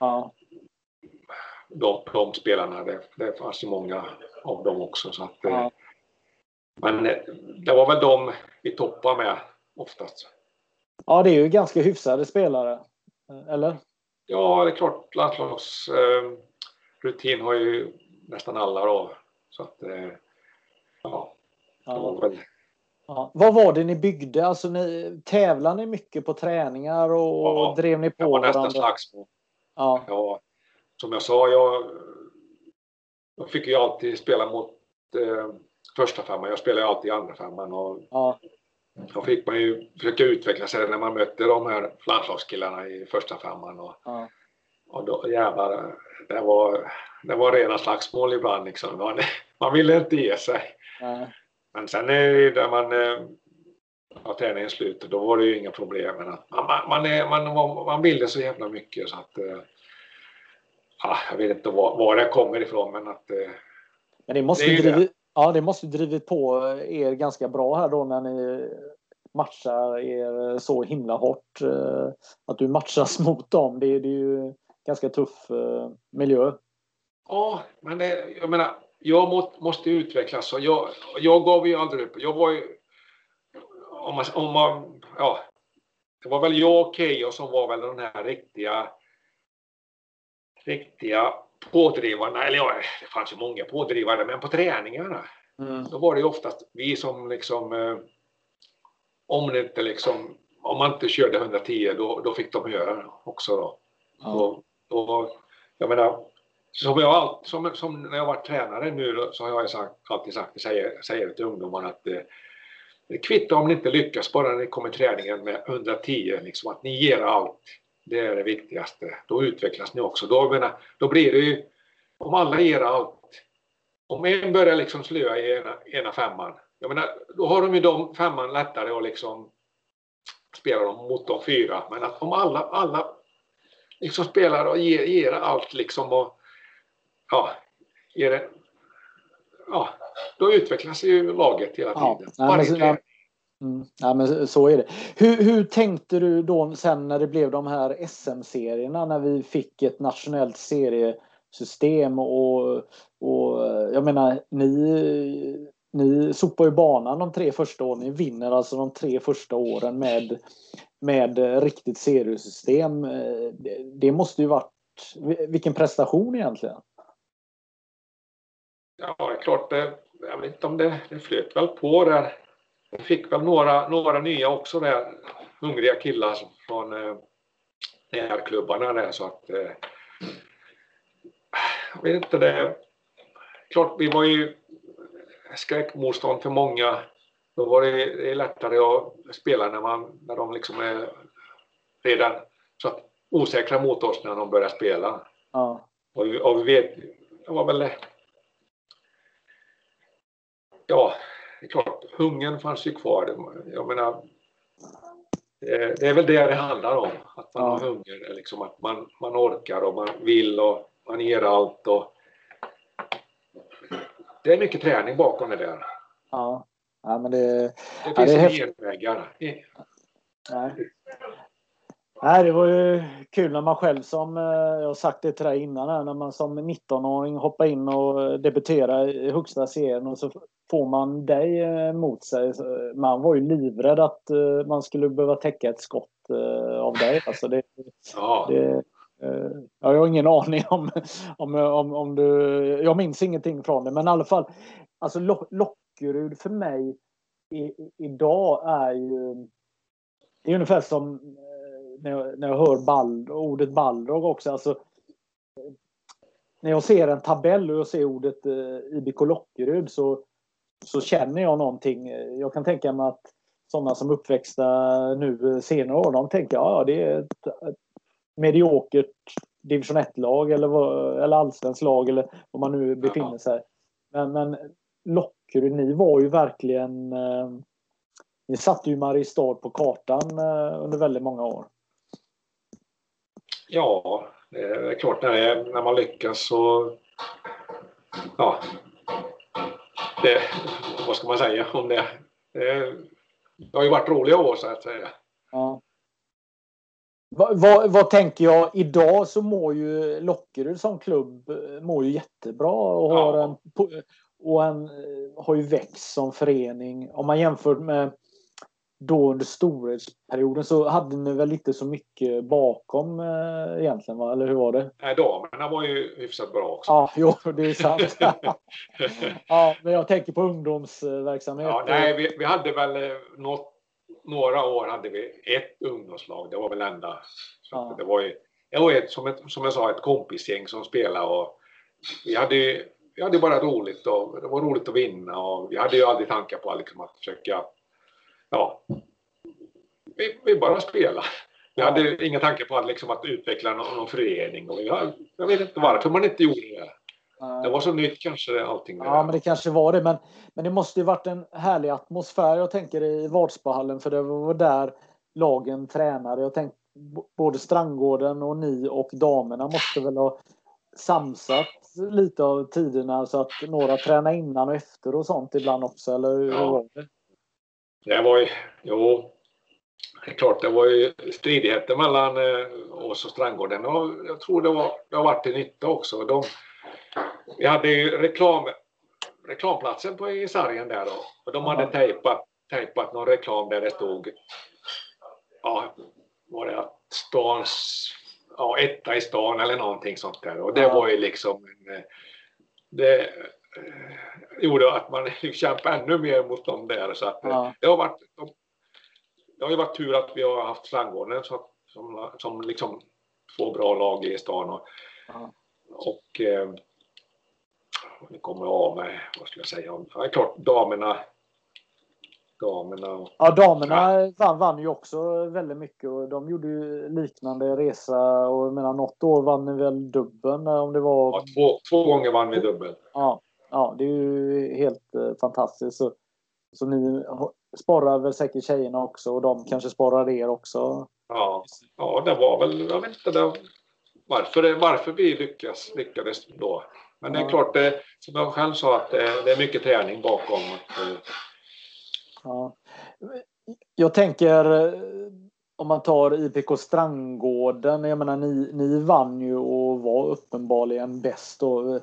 de spelarna, det fanns ju många av dem också, så att men det var väl de vi toppar med oftast. Ja, det är ju ganska hyfsade spelare, eller? Ja, det är klart, landslagsrutin har ju nästan alla då, så att Vad var det ni byggde? Alltså tävlade ni mycket på träningar och drev ni på det var varandra? Nästan slagsmål. Ja, som jag sa, jag fick ju alltid spela mot första femman. Jag spelade alltid i andra femman, och då fick man ju försöka utveckla sig när man mötte de här landslagskillarna i första femman, och då jävlar, det var rena slagsmål ibland liksom. Man ville inte ge sig. Men sen där man träningen slut, då var det ju inga problem. Men man ville så jävla mycket, så att jag vet inte var det kommer ifrån, men att men det måste drivit på er ganska bra här då när ni matchar er så himla hårt, att du matchas mot dem. Det är ju ganska tuff miljö. Ja, men jag menar, jag måste utvecklas. Och jag gav ju aldrig upp. Jag var ju, ja, det var väl jag och Keyyo som var väl den här riktiga pådrivarna. Eller ja, det fanns ju många pådrivare, men på träningarna då var det ju oftast vi som liksom, om man inte körde 110 då fick de höra också då. Och jag menar, som när jag var tränare nu så har jag alltid sagt, säger till ungdomarna att det kvittar om ni inte lyckas, bara när ni kommer träningen med 110, liksom att ni ger allt. Det är det viktigaste. Då utvecklas ni också. Då blir det ju, om alla ger allt, om en börjar liksom slöa i ena femman, jag menar, då har de ju de femman lättare att liksom spela dem mot de 4. Men att om alla liksom spelar och ger allt liksom och då utvecklas ju laget hela tiden. Men så är det. Hur tänkte du då sen när det blev de här SM-serierna, när vi fick ett nationellt seriesystem och jag menar, ni sopar ju banan de 3 första åren, ni vinner alltså de 3 första åren med riktigt seriesystem. Det måste ju varit, vilken prestation egentligen. Ja, det är klart, jag vet inte om det flöt väl på där. Jag fick väl några nya också där, hungriga killar från klubbarna där, så att jag vet inte, det klart, vi var ju skräckmotstånd för många. Då var det lättare att spela när de liksom är redan så att osäkra mot oss när de börjar spela. Ja. Och vi vet, det var väl, ja, det är klart, hungern fanns ju kvar. Jag menar, det är väl det handlar om. Att man har hunger, liksom, att man orkar och man vill och man ger allt. Och det är mycket träning bakom det där. Ja, men det finns inga genvägar. Nej, det var ju kul när man själv, som jag har sagt det till dig innan här, när man som 19-åring hoppar in och debuterar i högsta serien och så får man dig mot sig. Man var ju livrädd att man skulle behöva täcka ett skott av dig. Alltså jag har ingen aning om du... Jag minns ingenting från det, men i alla fall, alltså Lockerud för mig idag är ju... Det är ungefär som när jag hör ordet Balrog också. Alltså, när jag ser en tabell och jag ser ordet IBK Lockerud så känner jag någonting. Jag kan tänka mig att sådana som uppväxta nu senare år, de tänker det är ett mediokert division 1-lag eller allsvensk lag eller vad man nu befinner sig. Men Lockerud, ni var ju verkligen... Ni satte ju Mariestad på kartan under väldigt många år. Ja, det är klart, när man lyckas så... Ja, vad ska man säga om det? Det har ju varit roliga år, så att säga. Ja. Vad tänker jag? Idag så mår ju Lockerud som klubb mår ju jättebra och har ju växt som förening. Om man jämför med då under storhetsperioden så hade ni väl inte så mycket bakom egentligen, va? Eller hur var det? Nej, damerna var ju hyfsat bra också. Ja, jo, det är sant. Ja, men jag tänker på ungdomsverksamhet. Ja, nej, vi hade väl några år hade vi ett ungdomslag. Det var väl enda. Så det var ju som jag sa, ett kompisgäng som spelade och vi hade bara roligt och det var roligt att vinna och vi hade ju aldrig tankar på liksom att försöka vi bara spelade. Vi hade inga tankar på att utveckla någon förening och jag vet inte varför man inte gjorde det. Det var så nytt kanske allting. Ja, men det kanske var det. Men det måste ju varit en härlig atmosfär, jag tänker, i Vadsbohallen, för det var där lagen tränade. Jag tänkte både Strandgården och ni och damerna måste väl ha samsat lite av tiderna så att några tränar innan och efter och sånt ibland också, eller hur var det? Det var ju, Det är klart, det var ju stridigheter mellan oss och Strandgården, och jag tror det har varit till nytta också. Vi hade ju reklamplatsen i sargen där då, och de hade tejpat någon reklam där det stod, var det stans, etta i stan eller någonting sånt där, och det var ju liksom det gjorde att man kämpade ännu mer mot dem där, så att det har ju varit tur att vi har haft Strandgården som liksom två bra lag i stan, och det kommer av med, vad skulle jag säga, det är klart damerna vann ju också väldigt mycket, och de gjorde ju liknande resa, och jag menar, något år vann ni väl dubbeln, om det var... Ja, två gånger vann vi dubbeln. Ja, det är ju helt fantastiskt. Så ni sparar väl säkert tjejerna också, och de kanske sparar er också. Ja, det var väl, jag vet inte varför vi lyckades då. Men det är klart, som jag själv sa, att det är mycket träning bakom. Ja. Jag tänker, om man tar IPK Strandgården, jag menar, ni vann ju och var uppenbarligen bäst,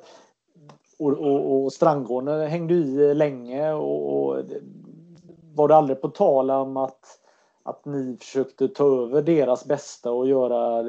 och Strandgården hängde i länge, och var det aldrig på tal om att ni försökte ta över deras bästa och göra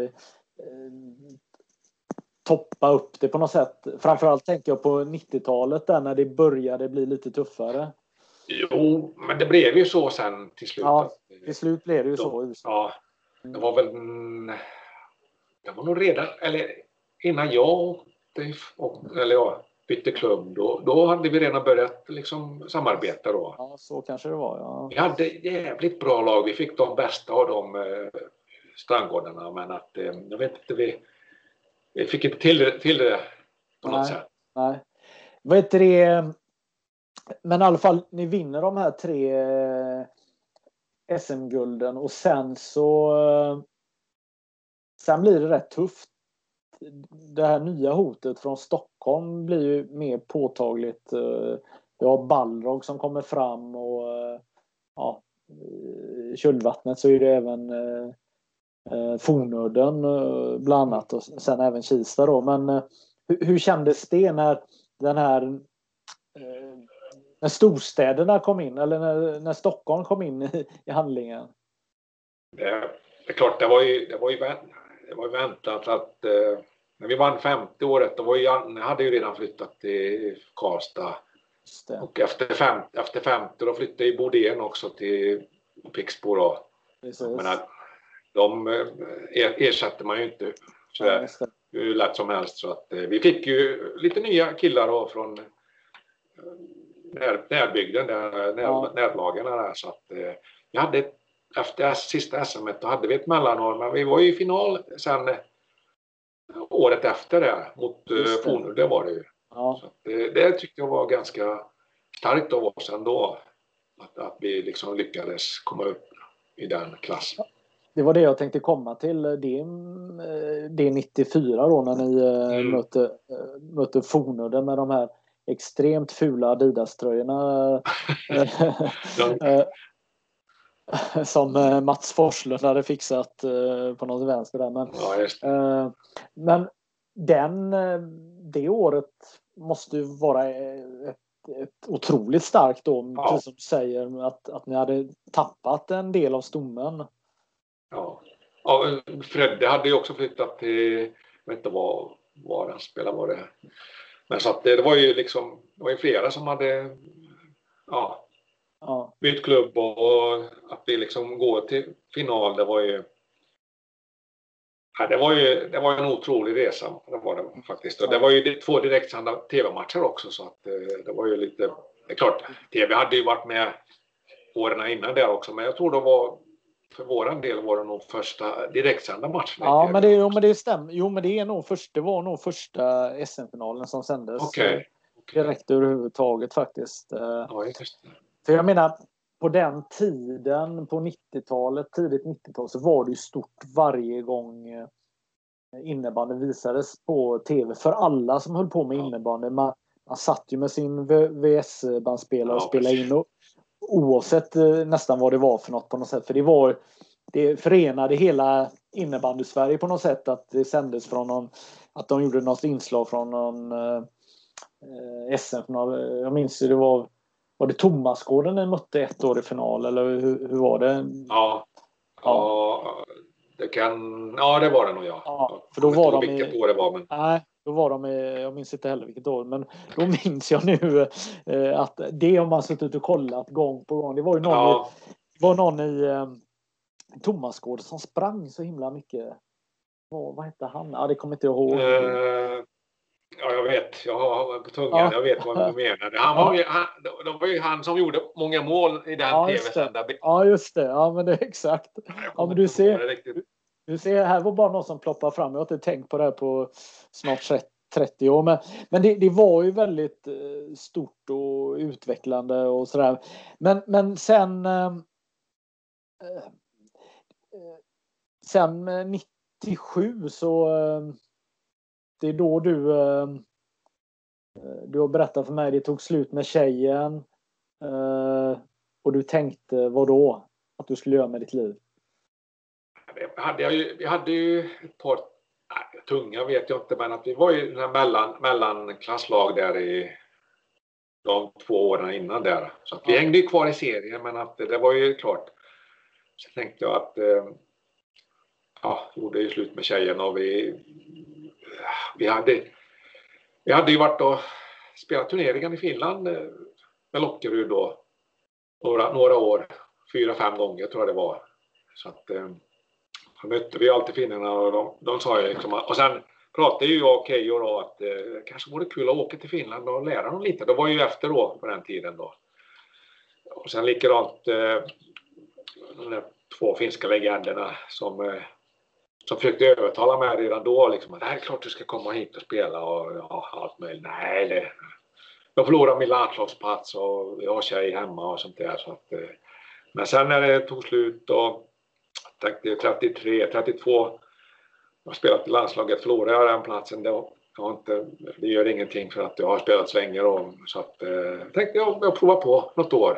toppa upp det på något sätt? Framförallt tänker jag på 90-talet där, när det började bli lite tuffare. Jo, men det blev ju så sen till slut. Ja, till slut blev det ju så. Ja, det var väl... Det var nog redan... Eller innan jag bytte klubb, då hade vi redan börjat liksom samarbeta då. Ja, så kanske det var, ja. Vi hade jävligt bra lag. Vi fick de bästa av de Strandgårdarna, men att jag vet inte, vi fick inte till det på något sätt. Nej. Vad heter det? Men i alla fall, ni vinner de här 3 SM-gulden, och sen blir det rätt tufft. Det här nya hotet från Stockholm blir ju mer påtagligt. Vi har Balrog som kommer fram, och i kölvattnet så är det även Fornudden bland annat, och sen även Kista då. Men hur kändes det när när storstäderna kom in, eller när Stockholm kom in i handlingen? Det är klart, det var ju väntat att när vi vann 50 året, då hade ju redan flyttat till Karlstad. Och efter 50 då flyttade ju Bodén också till Pixbo då. Men de ersatte man ju inte så hur lätt som helst, så att vi fick ju lite nya killar då från närbygden, närlagen där, så att vi hade efter sista SM då hade vi ett mellanår, men vi var ju i final sen året efter det mot Fornudden, det var det ju. Ja. Så att det tyckte jag var ganska starkt av oss ändå, att vi liksom lyckades komma upp i den klassen. Det var det jag tänkte komma till. Det är 94 då, när ni mötte Fornudden med de här extremt fula Adidas-tröjorna som Mats Forslund hade fixat på något vänster där. Men det året måste ju vara ett otroligt starkt då, precis som du säger, att ni hade tappat en del av stommen. Ja, Fredde hade ju också flyttat till, jag vet inte var han spelade, var det. Men så att det var ju liksom, det var ju flera som hade bytt klubb, och att vi liksom går till final, det var ju det var en otrolig resa, det var det faktiskt. Och det var ju 2 direktsända tv-matcher också, så att det var ju lite, det är klart, tv hade ju varit med åren innan där också, men jag tror det var, för våran del var det nog första direktsända matchen. Ja, men det stämmer. Jo, men det var nog första SM-finalen som sändes. Okej. Direkt överhuvudtaget faktiskt. Ja, just det. För jag menar, på den tiden, på 90-talet, tidigt 90-tal, så var det ju stort varje gång innebandy visades på tv. För alla som höll på med innebandy. Man satt ju med sin VS-bandspelare och spelade in, oavsett nästan vad det var för något på något sätt. För det var det förenade hela innebandy-Sverige på något sätt, att det sändes från någon, att de gjorde något inslag från någon SM-final. Jag minns det var det Thomasgården ni mötte ett år i final, eller hur var det? Ja, det var det nog, ja. Ja, för då var de vilket år det var, men... Nej, då var de jag minns inte heller vilket år, men då minns jag nu att det har man suttit och kollat gång på gång. Det var ju någon i Thomasgården som sprang så himla mycket. Vad hette han? Ja, det kommer inte jag ihåg. Ja, jag vet. Jag har på tungan. Ja. Jag vet vad du menar. Det var ju han som gjorde många mål i den tv-sändaren. Ja, just det. Ja, men det är exakt. Ja, men du ser, här var bara någon som ploppar fram. Jag har inte tänkt på det här på snart 30 år. Men det var ju väldigt stort och utvecklande och sådär. Men sen 97 så det är då du har berättat för mig, det tog slut med tjejen och du tänkte vad då att du skulle göra med ditt liv? Vi hade ju ett par tunga, vet jag inte, men att vi var ju mellanklasslag där i de 2 åren innan där. Så att vi hängde ju kvar i serien, men att det var ju klart. Så tänkte jag att gjorde ju slut med tjejen och vi hade ju varit och spelat turneringen i Finland med Lockerud då några år, 4-5 gånger tror jag det var. Så att då mötte vi alltid finnarna och de sa ju liksom, och sen pratade ju jag och Keyyo då att kanske vore kul att åka till Finland och lära dem lite. Det var ju efter då på den tiden då. Och sen likadant de där 2 finska legenderna som försökte övertala mig redan då liksom, att det här är klart du ska komma hit och spela och allt möjligt. Nej, jag förlorade min landslagsplats och jag har tjej hemma och sånt där. Så att, men sen när det tog slut och tänkte 33, 32 jag har spelat i landslaget, förlorade jag den platsen det gör ingenting för att jag har spelat så länge då, så att tänkte jag prova på något år.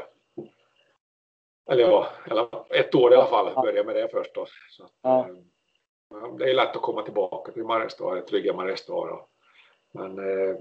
Eller ett år i alla fall, börja med det först då. Så att, det är lätt att komma tillbaka till Mariestad, trygga Mariestad. Men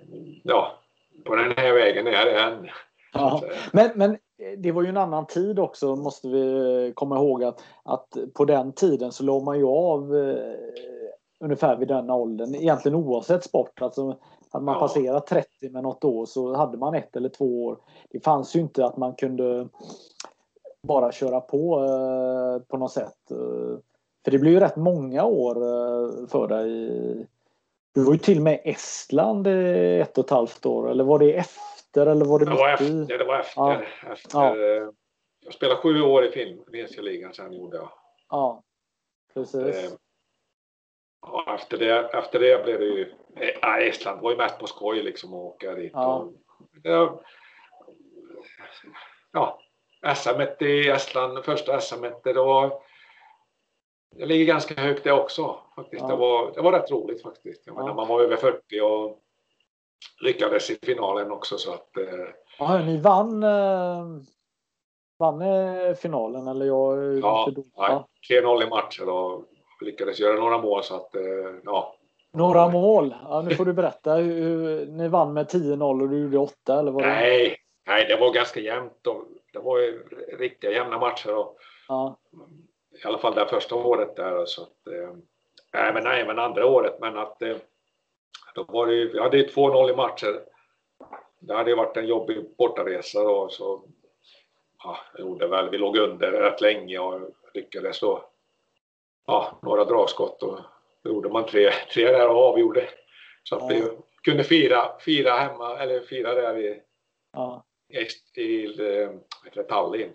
på den här vägen är det än. Ja. Men det var ju en annan tid också, måste vi komma ihåg att på den tiden så låg man ju av ungefär vid den åldern, egentligen oavsett sport. Alltså hade man passerat 30 med något år så hade man 1 eller 2 år. Det fanns ju inte att man kunde bara köra på något sätt. För det blev ju rätt många år för dig. Du var ju till och med i Estland 1,5 år. Eller var det efter? Eller var det det var efter. Jag spelade 7 år i finska ligan, sen gjorde jag. Ja, precis. Efter det blev det ju... Estland var ju mest på skoj liksom att åka dit. SM-et i Estland, första SM-et, det ligger ganska högt det också faktiskt. Det var rätt roligt faktiskt. Jag menar, man var över 40 och lyckades i finalen också, så att ni vann finalen eller jag 3-0 i matcher och lyckades göra några mål, så att Några mål? Ja, nu får du berätta hur ni vann med 10-0 och du gjorde 8 eller vad det? Nej, det var ganska jämnt och det var ju riktiga jämna matcher och i alla fall det första året där, så att även andra året, men att då var det, vi hade 2-0 i matcher. Det hade ju varit en jobbig bortaresa då, så vi låg under rätt länge och lyckades då några dragskott och då gjorde man tre där och avgjorde, så att vi kunde fira hemma, eller fira där i Tallinn.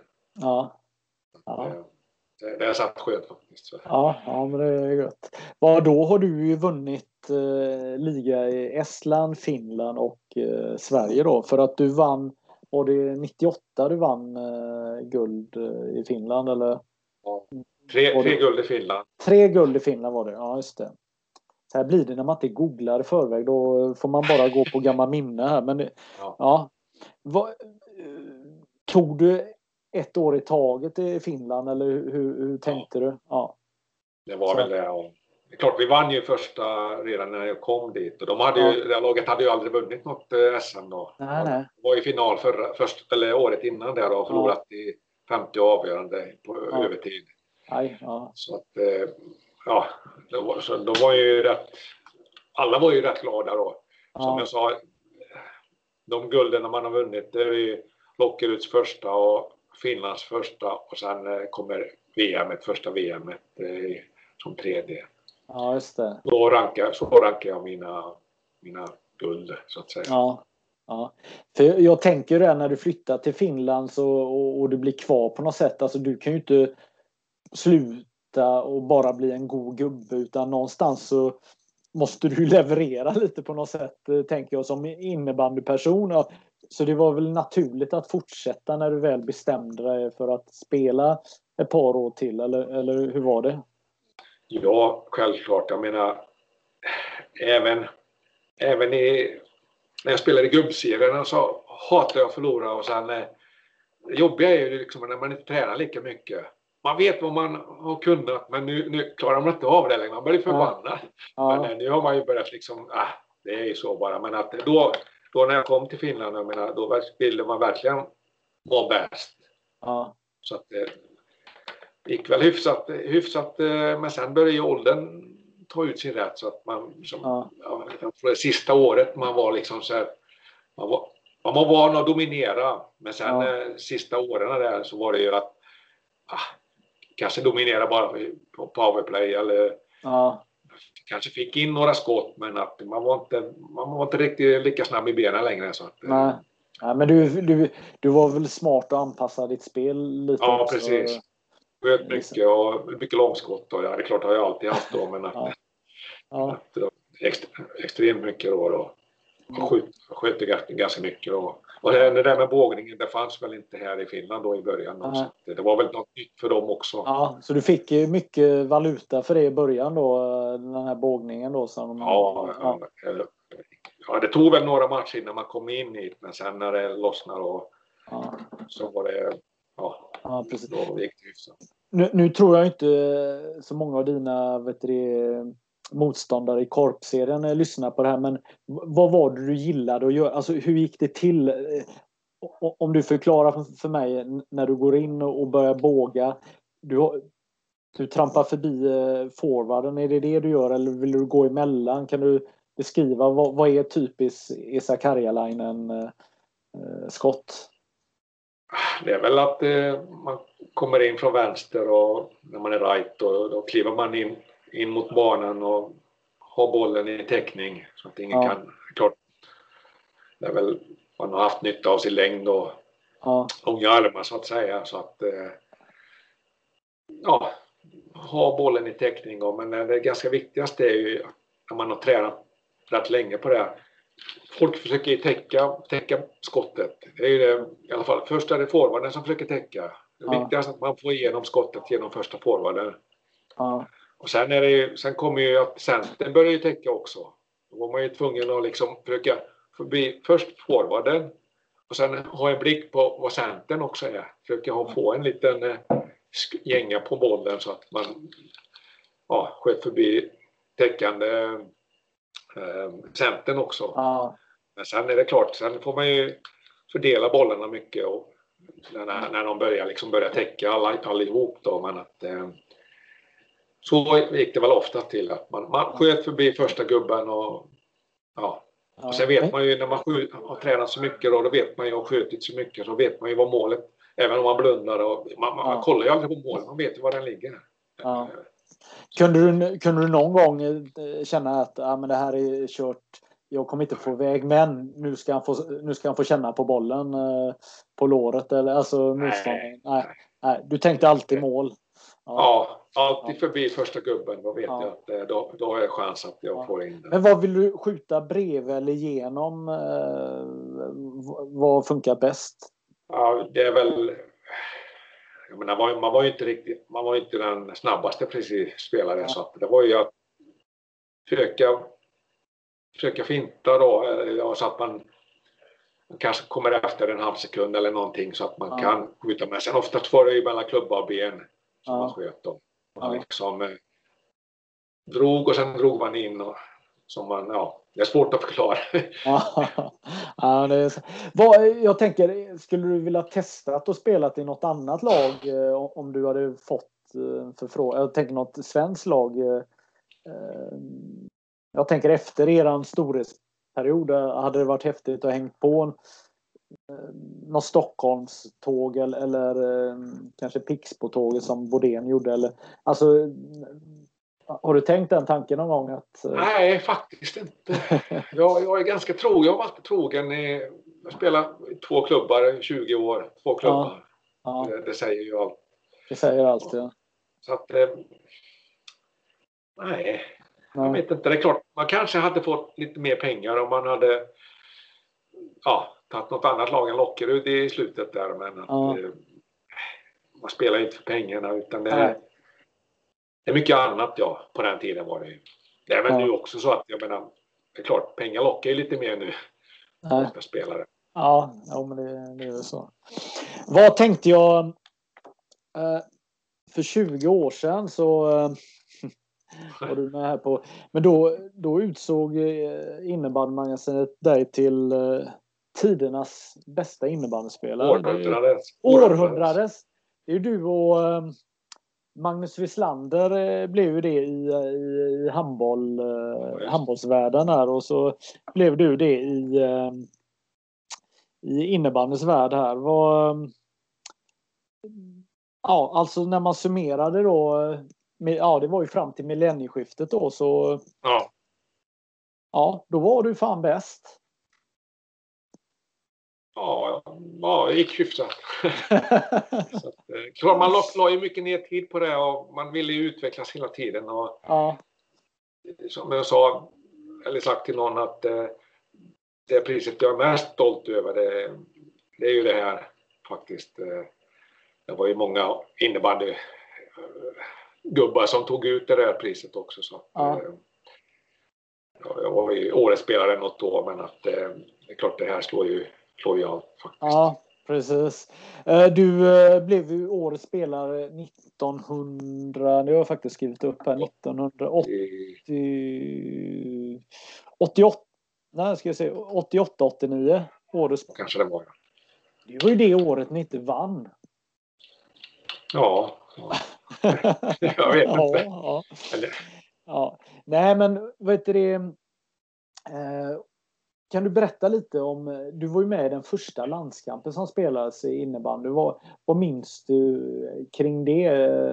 Det är satt skönt faktiskt. Så. Ja, men det är gott. Då har du ju vunnit liga i Estland, Finland och Sverige då. För att du vann, var det 98 du vann guld i Finland eller? Ja, tre guld i Finland. 3 guld i Finland var det, ja just det. Så här blir det när man inte googlar i förväg, då får man bara gå på gamla minne här. Men tog du ett år i taget i Finland, eller hur tänkte du? Ja. Det var väl det. Och det är klart, vi vann ju första redan när jag kom dit. Och det här laget hade ju aldrig vunnit något SM då. Nej. De var i final året innan där och förlorat i 50 avgörande på övertid. Så att, då var ju alla var ju rätt glada då. Som jag sa, de gulden man har vunnit, det är ju Lockeruds första och Finlands första, och sen kommer första VM som tredje. Ja, just det. Så rankar jag mina guld, så att säga. Ja. För jag tänker det, när du flyttar till Finland och du blir kvar på något sätt. Alltså, du kan ju inte sluta och bara bli en god gubbe, utan någonstans så måste du leverera lite på något sätt, tänker jag, som innebandyperson. Så det var väl naturligt att fortsätta när du väl bestämde dig för att spela ett par år till, eller hur var det? Ja, självklart. Jag menar, även när jag spelade i gubbserierna så hatar jag att förlora, och sen det jobbiga är ju liksom när man inte tränar lika mycket. Man vet vad man har kunnat, men nu klarar man inte av det längre. Man blir förbannad. Men nu har man ju börjat liksom, det är ju så bara. Men att då när jag kom till Finland, jag menar, då ville man verkligen vara bäst. Så att det gick väl hyfsat, men sen började ju åldern ta ut sin rätt, så att man för det sista året man var liksom så här, man var van att dominera, men sen sista åren där så var det ju att kanske dominera bara på powerplay, eller kanske fick in några skott, men att man var inte riktigt lika snabb i benen längre, så att Nej, men du var väl smart att anpassa ditt spel lite. Ja, också. Precis. Sköt mycket och mycket långskott, och det är klart har jag alltid haft då, men att extremt mycket då sköt ganska mycket då. Och det där med bågningen, det fanns väl inte här i Finland då i början. Så det var väl något nytt för dem också. Ja, så du fick mycket valuta för det i början då, den här bågningen då? Det tog väl några matcher innan man kom in hit, men sen när det lossnade och så var det, precis. Då gick det hyfsat. Nu tror jag inte så många av dina motståndare i korpserien lyssnar på det här, men vad var det du gillade att göra? Alltså, hur gick det till? Om du förklarar för mig, när du går in och börjar båga, du trampar förbi forwarden, är det du gör, eller vill du gå emellan? Kan du beskriva vad är typiskt Esa Karjalainen skott? Det är väl att man kommer in från vänster, och när man är right då kliver man in mot banan och har bollen i täckning, så att ingen kan, klart, det är väl, man har haft nytta av sin längd och långa armar, så att säga, så att ha bollen i täckning. Men det ganska viktigaste är ju när man har tränat rätt länge på det. Folk försöker täcka skottet. Det är ju det, i alla fall först är det forwarden som försöker täcka. Det viktigaste är att man får igenom skottet genom första forwarden. Och sen kommer ju att centern börjar ju täcka också. Då var man ju tvungen att liksom försöka förbi först forwarden och sen ha en blick på vad centern också är. Försöka få en liten gänga på bollen, så att man sköt förbi täckande centern också. Men sen är det klart, sen får man ju fördela bollarna mycket, och när de börjar täcka allihop då, men att så gick det väl ofta till att man sköt förbi första gubben, och sen vet man ju när man har tränat så mycket då vet man ju, och skjutit så mycket, så vet man ju vad målet, även om man blundar, och man kollar ju aldrig på målet, man vet ju var den ligger. Kunde du någon gång känna att men det här är kört, jag kommer inte få väg, men nu ska han få känna på bollen på låret, eller alltså motståndaren? Nej, du tänkte alltid mål. Alltid förbi första gubben, då vet jag att då är det chans att jag får in det. Men vad vill du skjuta bredvid eller igenom? Vad funkar bäst? Ja, det är väl, jag menar, man var ju inte den snabbaste precis spelaren, så att det var ju att försöka finta då, så att man man kanske kommer efter en halv sekund eller någonting så att man kan skjuta med. Sen oftast var det ju mellan klubba och ben som man sköt då. Man liksom drog och sen drog man in och som man, det är svårt att förklara. Ja, det är så. Jag tänker, skulle du vilja testa att spela i något annat lag om du hade fått förfrågan? Jag tänker något svenskt lag. Jag tänker efter eran storhetsperiod hade det varit häftigt att hänga på något Stockholmståg eller kanske Pixbo-tåget som Bodén gjorde eller alltså. Har du tänkt den tanken någon gång? Nej, faktiskt inte. Jag är ganska trogen. Jag har varit trogen. Jag spelar i 2 klubbar 20 år. 2 klubbar. Ja. Det säger ju allt. Det säger allt, ja. Så att, nej. Jag vet inte. Det är klart, man kanske hade fått lite mer pengar om man hade tagit något annat lag än Lockerud i slutet där. Men att, man spelar inte för pengarna utan det är mycket annat på den tiden var det ju. Det är väl nu också så att jag menar, det är klart, pengar lockar ju lite mer nu. För spelare. Ja, men det är ju så. Vad tänkte jag för 20 år sedan så var du med här på, men då utsåg innebandymagasinet dig till tidernas bästa innebandyspelare. Århundradets. Det är ju du och Magnus Wislander blev ju det i handbollsvärlden här och så blev du det i innebandyns värld här. Alltså när man summerade då, det var ju fram till millennieskiftet då så då var du fan bäst. Ja, det gick hyfsat. Så att, man la ju mycket ner tid på det och man ville ju utvecklas hela tiden. Och, som jag sa, eller sagt till någon att det priset jag är mest stolt över det är ju det här faktiskt. Det var ju många innebandygubbar som tog ut det där priset också. Så att, jag var ju årets spelare något år men att det är klart det här slår ju allt faktiskt. Ja, precis. Du blev ju årets spelare 1900, det har jag faktiskt skrivit upp här, 88, 89 årets. Kanske det var. Det var ju det året ni inte vann. Ja. Jag vet inte. Ja. Nej, men vet du det, kan du berätta lite om, du var ju med i den första landskampen som spelades i innebandy. Vad minns du kring det?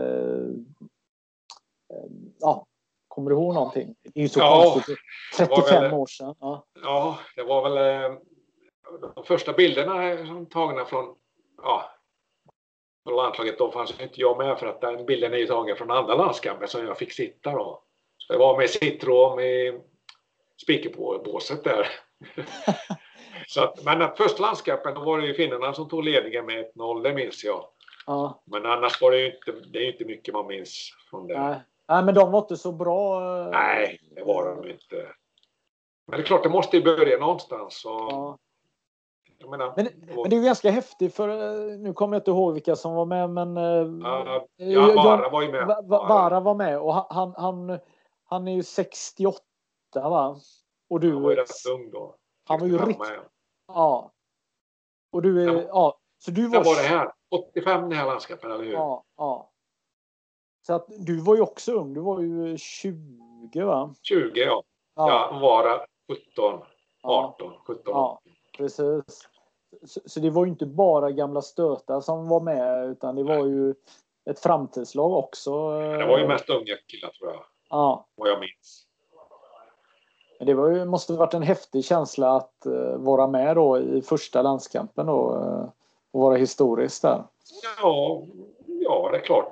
Kommer du ihåg någonting? Det är ju så konstigt. 35 år sedan. Ja, det var väl de första bilderna som tagna från landslaget. Då fanns inte jag med för att den bilden är ju tagen från andra landskampen som jag fick sitta då. Så det var med sittrom i speakerbåset där. Så att, men första landskampen då var det ju finnarna som tog ledningen med 1-0, det minns jag. Ja. Men annars var det ju inte mycket man minns från det. Nej, men de var inte så bra. Nej, det var de inte. Men det är klart, det måste ju börja någonstans. Och, jag menar, men det är ju ganska häftigt för nu kommer jag inte ihåg vilka som var med men Vara var ju med. Vara var med och han är ju 68 va? Och du han var ju rätt ung då. Han var ju riktigt. Ja. Och du är så du var det här 85 den här landskampen eller hur? Ja. Så att du var ju också ung. Du var ju 20 va? 20 ja. Ja, Vara 17, 18, 17. Ja, precis. Så det var ju inte bara gamla stötar som var med utan det var ju ett framtidslag också. Det var ju mest unga killar tror jag. Ja. Vad jag minns. Men det måste ha varit en häftig känsla att vara med då i första landskampen då och vara historiskt där. Ja, det är klart.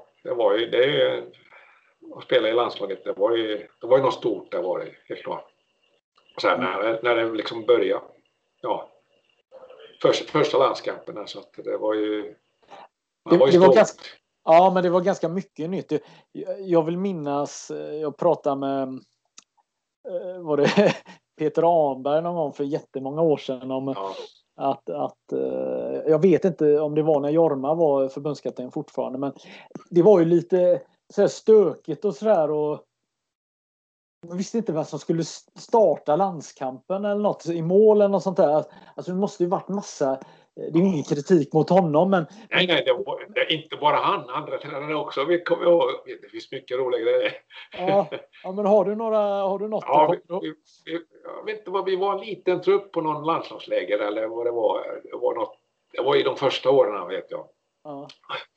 Att spela i landslaget, det var ju något stort, det var det helt klart. Och sen när det liksom började, första landskampen så att det var ju men det var ganska mycket nytt. Jag vill minnas, jag pratade med var det Peter Ahnberg någon gång för jättemånga år sedan om Jag vet inte om det var när Jorma var förbundskapten fortfarande, men det var ju lite så här stökigt och sådär, och man visste inte vem som skulle starta landskampen eller något i mål eller något sånt där. Alltså det måste ju varit massa, det är ju ingen kritik mot honom, men... Nej, det är inte bara han, andra tränare också. Vi kommer ihåg, det finns mycket roliga grejer. Ja, men har du något? Ja, jag vet inte vad, vi var en liten trupp på någon landslagsläger eller vad det var. Det var i de första åren, vet jag. Ja.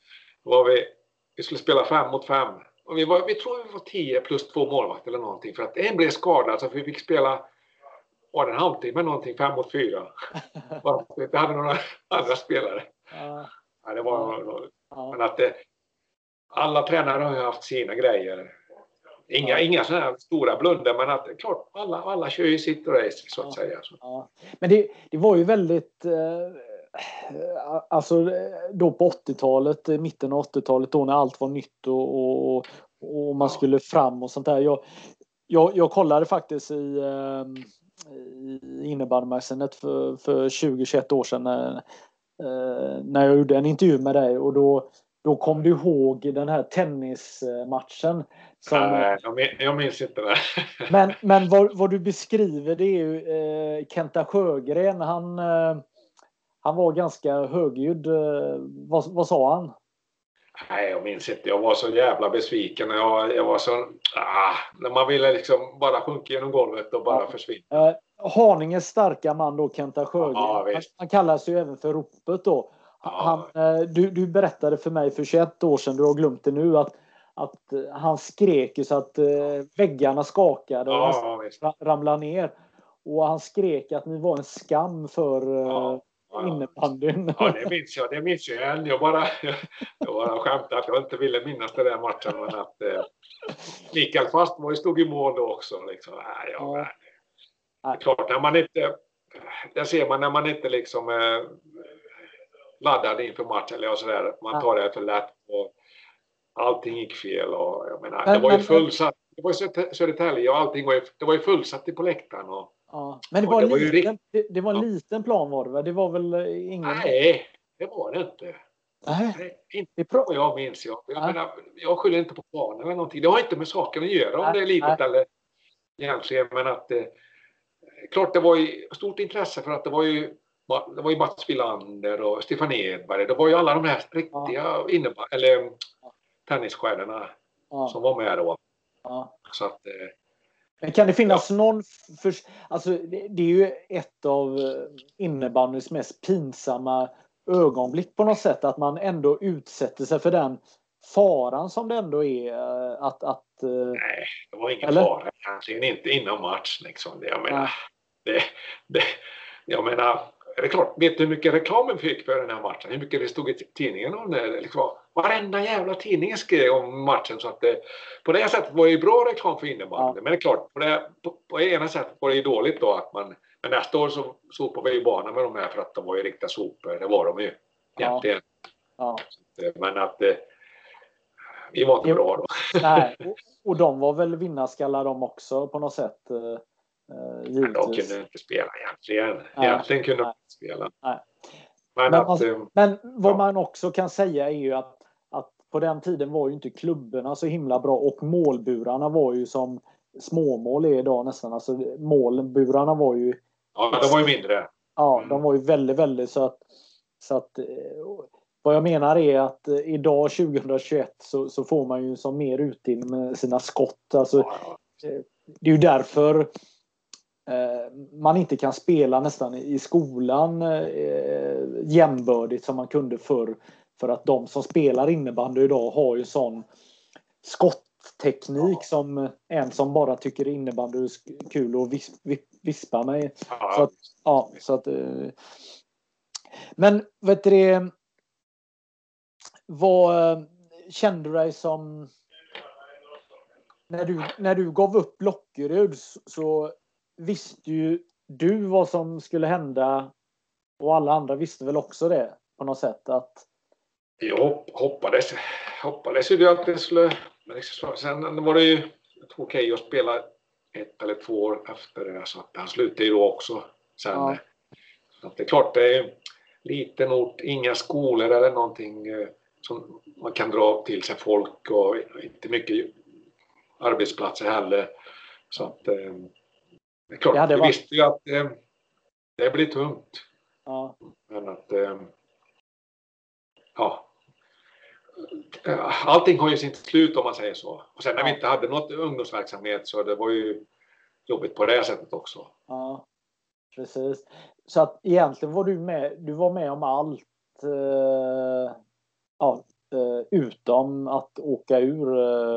Vi skulle spela 5 mot 5. Och vi tror vi var 10 plus 2 målvakter eller någonting. För att en blev skadad så vi fick spela en halvtimme någonting 5 mot 4. Vi hade några andra spelare. Ja, det var men att alla tränare har ju haft sina grejer. Inga sådana här stora blunder, men att klart alla kör ju sitt race så att säga. Ja. Men det var ju väldigt alltså då på 80-talet, mitten av 80-talet, då när allt var nytt och man skulle fram och sånt där. Jag kollade faktiskt i innebandymagasinet för 20-21 år sedan när jag gjorde en intervju med dig, och då kom du ihåg den här tennismatchen. Jag minns inte det. men vad du beskriver, det är ju Kenta Sjögren. Han var ganska högljudd. Vad sa han? Nej, jag minns inte. Jag var så jävla besviken. Jag var så... när man ville liksom bara sjunka genom golvet och bara försvinna. Haninges starka man då, Kenta Sjögren. Ja, han kallas ju även för ropet då. Du berättade för mig för 21 år sedan, du har glömt det nu, att han skrek så att väggarna skakade och ramlade ner. Och han skrek att ni var en skam för innebandyn. Ja, det minns jag än. Jag bara skämtade att jag inte ville minnas den där matchen, men att Mikael Fastborg stod i mål då också. Liksom. Det är klart, när man inte... Det ser man när man inte liksom laddade inför matchen eller sådär. Man tar det för lätt och allting gick fel. Och, jag menar, det var ju fullsatt. Det var ju Södertälje och allting det var ju fullsatt på läktaren. Men det var en liten plan, var det väl? Det var väl ingen... Nej, det var det inte. Nej, inte vad jag minns. Jag menar, jag skyller inte på planen eller någonting. Det har inte med saken att göra om det är litet eller egentligen, men att klart det var ju stort intresse för att det var ju Mats Wilander och Stefan Edberg. Det var ju alla de här riktiga tennisstjärnorna som var med då. Så att, men kan det finnas någon... Alltså, det är ju ett av innebandyns mest pinsamma ögonblick på något sätt. Att man ändå utsätter sig för den faran som det ändå är att nej, det var ingen fara. Egentligen inte innan match. Liksom. Jag menar, är det klart, vet du hur mycket reklamen fick för den här matchen? Hur mycket det stod i tidningen om det? Liksom, varenda jävla tidning skrev om matchen. Så att på det sättet var det ju bra reklam för innebandy. Men det är klart, på ena sättet var det ju dåligt då. Men nästa år så sopade vi ju banan med de här för att de var ju riktiga sopor. Det var de ju egentligen. Men att vi var inte bra då. Nej, och de var väl vinnarskallar de också på något sätt. Men de kunde inte spela egentligen. Egentligen kunde de inte spela. Nej. Men vad man också kan säga är ju att på den tiden var ju inte klubborna så himla bra, och målburarna var ju som småmål är idag nästan. Alltså målburarna var ju... Ja, de var ju mindre. Ja, de var ju väldigt, väldigt så att vad jag menar är att idag 2021 så får man ju som mer utdelning med sina skott. Alltså, det är ju därför man inte kan spela nästan i skolan jämbördigt som man kunde förr. För att de som spelar innebandy idag har ju sån skottteknik som en som bara tycker innebandy är kul och vispar mig. Men vet du det, vad kände du dig som när du gav upp Lockerud, så visste ju du vad som skulle hända, och alla andra visste väl också det på något sätt att... Jag hoppades ju att det skulle, men sen var det ju okej att spela 1 eller 2 år efter det, så att han slutade ju då också sen. Så det är klart, det är liten ort, inga skolor eller någonting som man kan dra till sig folk och inte mycket arbetsplatser heller. Så att det är klart, vi visste ju att det blir tungt. Ja. Men att allting har ju sitt slut om man säger så. Och sen när vi inte hade något ungdomsverksamhet så det var ju jobbigt på det sättet också. Ja, precis. Så att egentligen var du var med om allt utom att åka ur.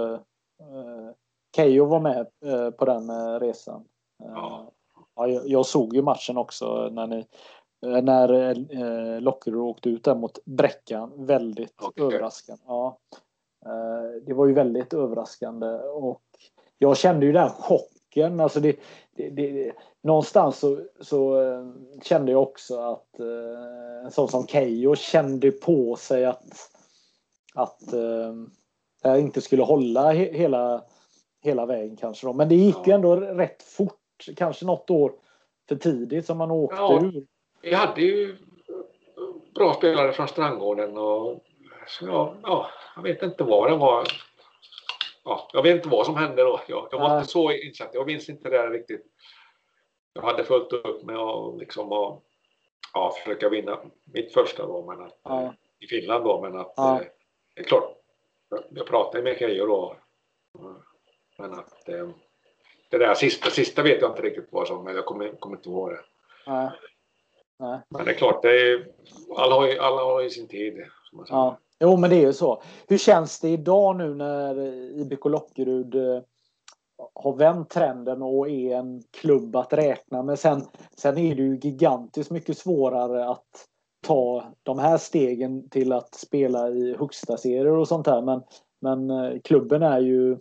Keyyo var med på den resan. Jag såg ju matchen också när Lockerud åkte ut där mot Bräckan. Väldigt överraskande. Ja. Det var ju väldigt överraskande och jag kände ju den chocken. Alltså någonstans så kände jag också att en sån som Keyyo kände på sig att jag inte skulle hålla hela vägen kanske då. Men det gick ju ändå rätt fort. Kanske något år för tidigt som man åkte ur. Vi hade ju bra spelare från Strandgården och så jag vet inte vad det var. Jag vet inte vad som hände då. Jag var inte så insatt. Jag minns inte det riktigt. Jag hade fullt upp med att liksom försöka vinna mitt första då, men att, i Finland då, men att det är klart. Jag pratade med Keyyo då. Men att det där sista vet jag inte riktigt vad som, men jag kommer inte ihåg det. Nej. Men det är klart, alla har ju sin tid. Som man säger. Jo, men det är ju så. Hur känns det idag nu när IBK Lockerud har vänt trenden och är en klubb att räkna med? Sen är det ju gigantiskt mycket svårare att ta de här stegen till att spela i högsta serier och sånt här. Men klubben är ju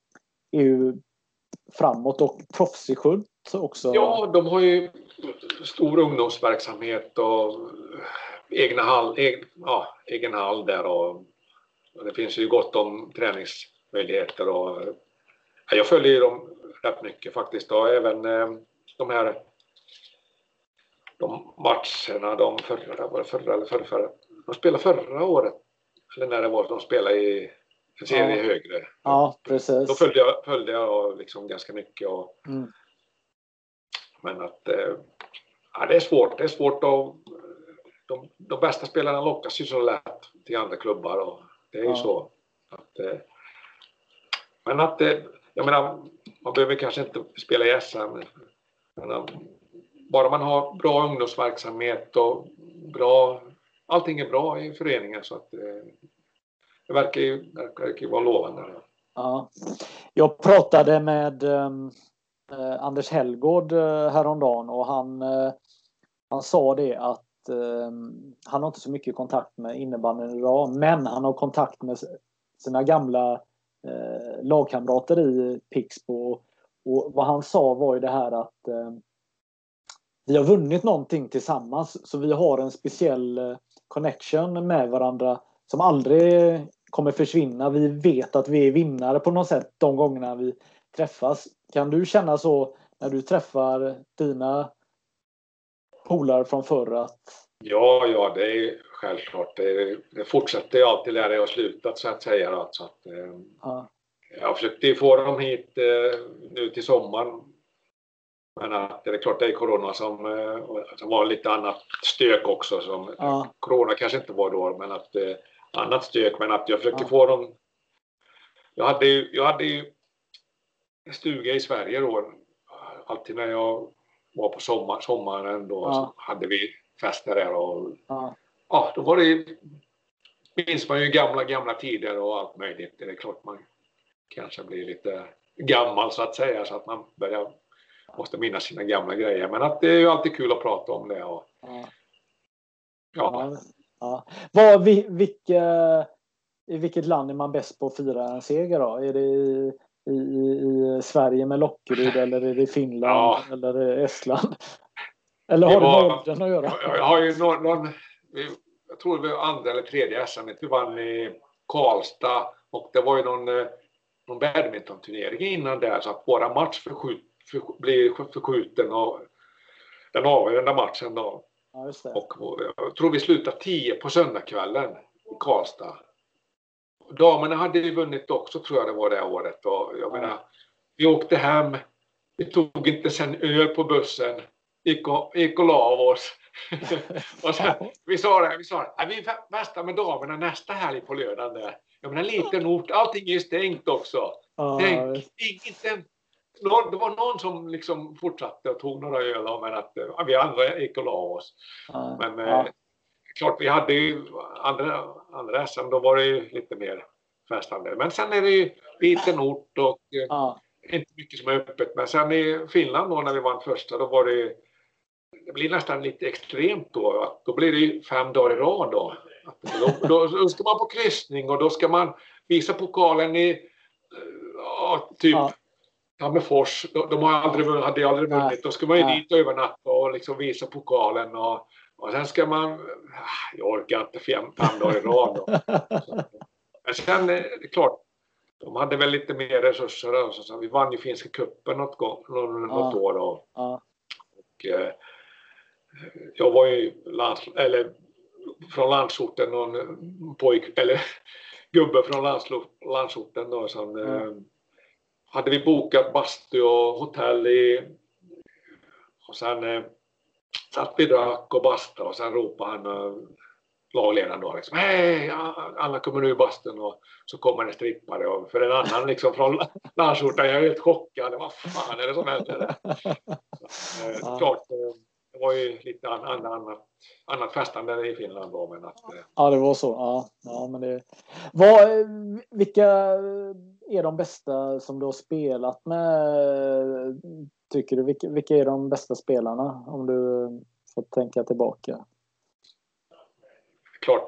framåt och proffsig också. Ja, de har ju stor ungdomsverksamhet och egen hall där och det finns ju gott om träningsmöjligheter och jag följer ju dem rätt mycket faktiskt och även de matcherna de spelade förra året eller när det var de spelade i en serie högre. Ja, precis. Då följde jag liksom ganska mycket och men att det är svårt. Det är svårt att de bästa spelarna lockas ju så lätt till andra klubbar och det är ju så att men att jag menar man behöver kanske inte spela i SM men bara man har bra ungdomsverksamhet och allting är bra i föreningen så att det verkar ju vara lovande. Ja. Jag pratade med Anders Hellgård häromdagen och han sa det att han har inte så mycket kontakt med innebandyn idag, men han har kontakt med sina gamla lagkamrater i Pixbo och vad han sa var ju det här att vi har vunnit någonting tillsammans så vi har en speciell connection med varandra som aldrig kommer försvinna. Vi vet att vi är vinnare på något sätt de gångerna vi träffas. Kan du känna så när du träffar dina polare från förra? Ja, det är självklart. Det fortsätter ju alltid där det har slutat så att säga. Så att, jag försökte få dem hit nu till sommaren. Men det är klart det är corona som var lite annat stök också. Corona kanske inte var då, men att annat stök. Men att jag försökte få dem. Jag hade ju en stuga i Sverige då. Alltid när jag var på sommaren då så hade vi fester där och då var det minns man ju gamla tider och allt möjligt. Det är klart man kanske blir lite gammal så att säga så att man måste minnas sina gamla grejer. Men att det är ju alltid kul att prata om det. Och, I vilket land är man bäst på att fira en seger då? Är det i Sverige med Lockerud eller är det Finland eller är det Estland? Eller har det med åldern att göra? Jag har ju jag tror det var andra eller tredje SM. Vi vann i Karlstad och det var ju någon badmintonturnering innan där så att våra match blir förskjuten och den avgörande matchen då Ja, just det. Och jag tror vi slutade 10 på söndagskvällen i Karlstad. Damerna hade ju vunnit också, tror jag det var det året. Och jag menar, vi åkte hem, vi tog inte sen öl på bussen, gick och la av oss. Och sen, vi sa det, vi västar med damerna nästa helg på lördagen där. Jag menar, liten ort, allting är stängt också. Det var någon som liksom fortsatte och tog några öl, men att vi andra gick och la oss. Men klart, vi hade ju andra SM, då var det ju lite mer festande. Men sen är det ju liten ort och inte mycket som är öppet. Men sen i Finland då, när vi vann första, då var det blir nästan lite extremt då. Då blir det ju 5 dagar i rad då. Då ska man på kryssning och då ska man visa pokalen i typ Tammerfors. De hade aldrig vunnit. Då ska man ju dit övernatta och liksom visa pokalen och sen ska man, jag orkar inte 5 dagar i rad då. Men sen är det klart, de hade väl lite mer resurser då, så vi vann ju finska cupen något år då. Och jag var ju från landsorten, någon gubbe från landsorten då, som hade vi bokat bastu och hotell och sen satt vi drack och basta och sen ropade han lagledaren då liksom, hej, alla kommer nu i bastun, och så kommer en strippare, och för en annan liksom från landsorten, jag är helt chockad, vad fan är det som händer? Klart, det var ju lite annat festande i Finland då, men att ja, det var så. Ja, men det vilka är de bästa som du har spelat med, tycker du? Vilka är de bästa spelarna, om du får tänka tillbaka? Klart,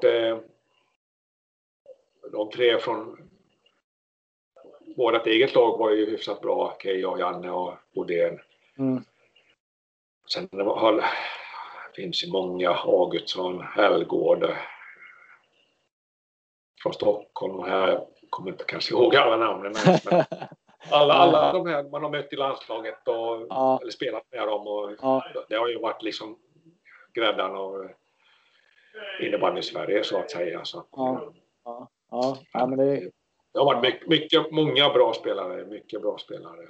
de 3 från vårt eget lag var ju hyfsat bra. Keja och Janne och Bodén. Sen finns ju många, Augustsson, Hellgård från Stockholm. Här kommer inte kanske ihåg alla namnen. Men alla de här man har mött i landslaget och eller spelat med dem. Och det har ju varit liksom gräddan och innebandy i Sverige, så att säga. Så. Men det har varit många bra spelare. Mycket bra spelare.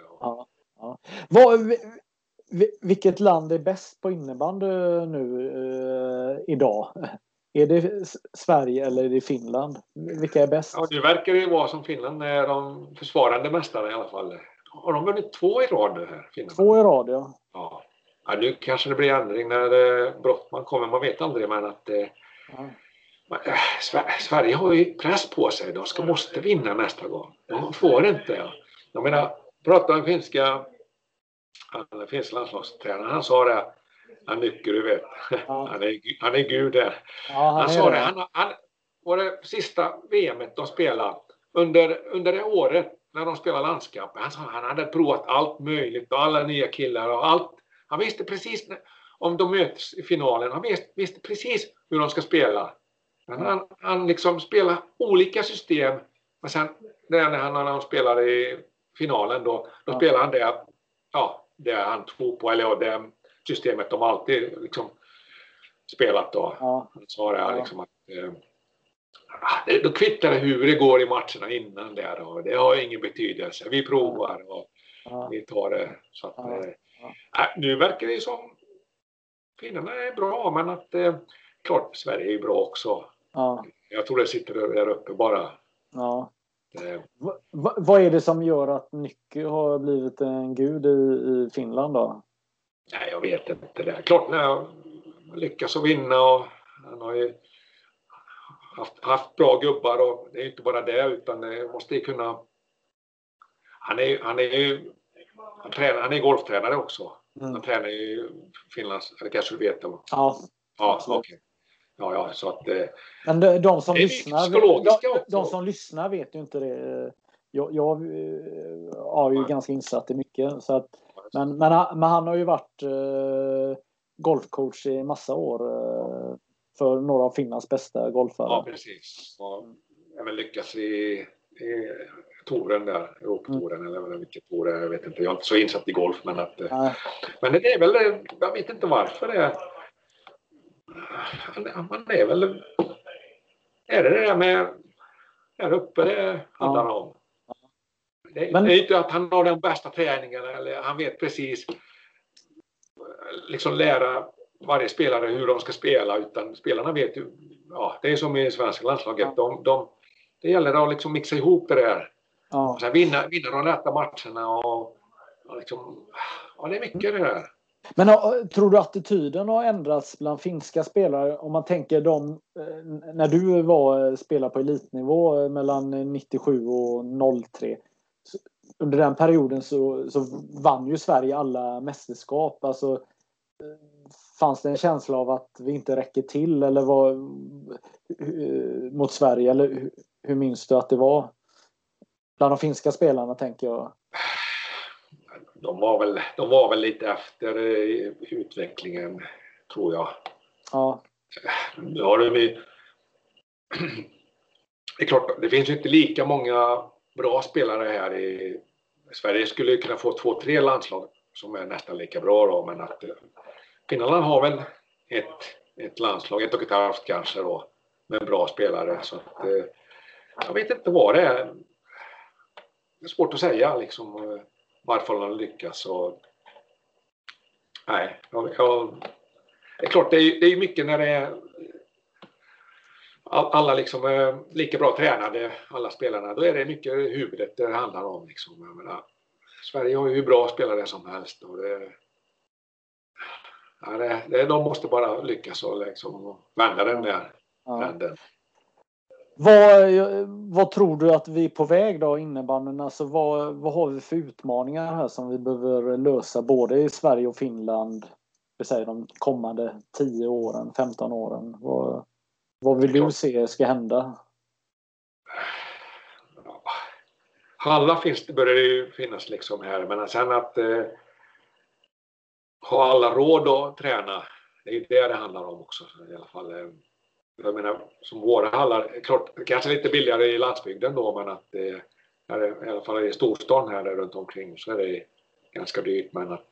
Vilket land är bäst på innebandy nu idag? Är det Sverige eller är det Finland? Vilka är bäst? Ja, det verkar ju vara som Finland är de försvarande mästarna i alla fall. Har de vunnit 2 i rad nu här? Finland? 2 i rad, ja. Nu kanske det blir ändring när Brottman kommer. Man vet aldrig, men att Sverige har ju press på sig. De måste vinna nästa gång. De får inte. Jag menar, pratar om finska landslagstränaren. Han sa det. Han mycket, du vet. Han är gud där. Han sa det. Han var det sista VM:et de spelade. Under det året när de spelade landskamp. Han sa han hade provat allt möjligt. Och alla nya killar och allt. Han visste precis om de möts i finalen. Han visste precis hur de ska spela. Men han liksom spelar olika system. Men sen när han spelar i finalen då spelar han det han tror på. Eller det systemet de alltid liksom spelat då. Så det liksom att då kvittar det hur det går i matcherna innan där. Och det har ingen betydelse. Vi provar och vi tar det. Så att, nu verkar det som finnarna är bra, men att klart Sverige är bra också. Jag tror det sitter där uppe bara. Vad är det som gör att Nycke har blivit en gud i Finland då? Nej, jag vet inte det. Klart när jag lyckas att vinna, och han har ju haft bra gubbar, och det är inte bara det, utan det måste ju kunna. Han är golftränare också. Han tränar i Finlands, eller kanske du vet det. Okej. Ja, så att men de som lyssnar vet ju inte det. Jag är ju ganska insatt i mycket, så att men han har ju varit golfcoach i massa år för några av Finlands bästa golfare. Ja, precis. Jag vill lyckas i touren där, Europatouren eller vilket tour jag vet inte. Jag är inte så insatt i golf, men det är väl, jag vet inte varför det är. Man är väl... Är det där med... Här uppe det handlar om. Det är inte att han har den bästa träningen eller han vet precis liksom lära varje spelare hur de ska spela, utan spelarna vet ju, det är som i svenska landslaget, det gäller att liksom mixa ihop det där och sen vinna de rätta matcherna och liksom, det är mycket det där. Men tror du attityden har ändrats bland finska spelare? Om man tänker dem, när du spelade på elitnivå mellan 97 och 03. Under den perioden så vann ju Sverige alla mästerskap. Alltså, fanns det en känsla av att vi inte räcker till eller mot Sverige? Eller hur minns du att det var? Bland de finska spelarna tänker jag. De var väl lite efter utvecklingen, tror jag. Ja. Nu har det är klart, det finns ju inte lika många bra spelare här i Sverige. Skulle kunna få 2-3 landslag som är nästan lika bra då, men att Finland har väl ett landslag, 1,5 kanske då, med bra spelare. Så att, jag vet inte vad det är. Det är svårt att säga liksom varför de lyckas. Och, nej, det är klart det är mycket när det är alla liksom är lika bra tränade, alla spelarna. Då är det mycket huvudet det handlar om. Liksom. Jag menar, Sverige har ju hur bra spelare som helst. Och de måste bara lyckas och liksom vända den där trenden. Vad tror du att vi är på väg då innebandyn? Alltså vad har vi för utmaningar här som vi behöver lösa både i Sverige och Finland, de kommande 10 åren, 15 åren? Vad vill du se ska hända? Hallar börjar det ju finnas liksom här, men sen att ha alla råd att träna, det är ju det handlar om också i alla fall. Jag menar, som våra hallar, klart kanske lite billigare i landsbygden då, men att här, i alla fall i storstan här runt omkring så är det ganska dyrt, men att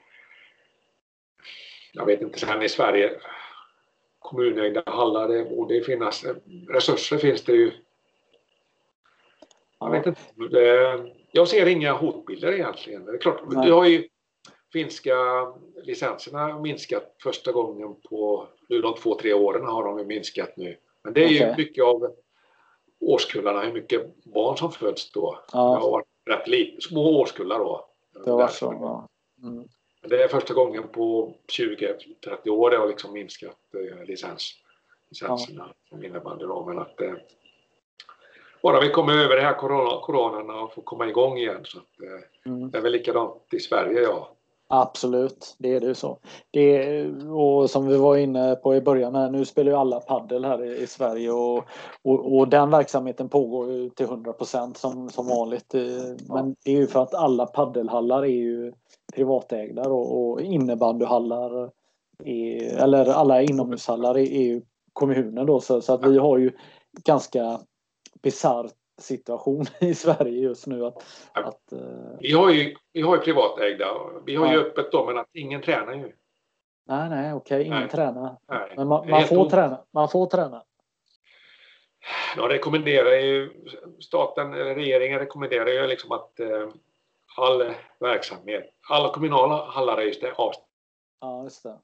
jag vet inte, sen i Sverige kommunägda hallar, det borde finnas resurser, finns det ju. Jag vet inte, jag ser inga hotbilder egentligen. Det är klart, du har ju finska licenserna minskat första gången på nu de 2-3 åren har de minskat nu. Men det är ju mycket av årskullarna, hur mycket barn som föds då. Det har varit rätt lite, små årskullar då. Det var så, Det är första gången på 20-30 år det har liksom minskat licenserna som innebandy då. Men att bara vi kommer över det här coronan och får komma igång igen, så att det är väl likadant i Sverige, Absolut, det är det ju så. Och som vi var inne på i början här, nu spelar ju alla paddel här i Sverige och den verksamheten pågår ju till 100% som vanligt. Men det är ju för att alla paddelhallar är ju privatägda och innebandyhallar eller alla inomhushallar är ju kommunen då, så att vi har ju ganska bisarrt situation i Sverige just nu att vi har ju privatägda, vi har ju öppet då, men att ingen tränar ju. Nej, okej, ingen tränar. Nej. Men man får träna. Ja, rekommenderar ju staten eller regeringen rekommenderar ju liksom att all verksamhet, alla kommunala hallar är just det avstängda. Ja, just det.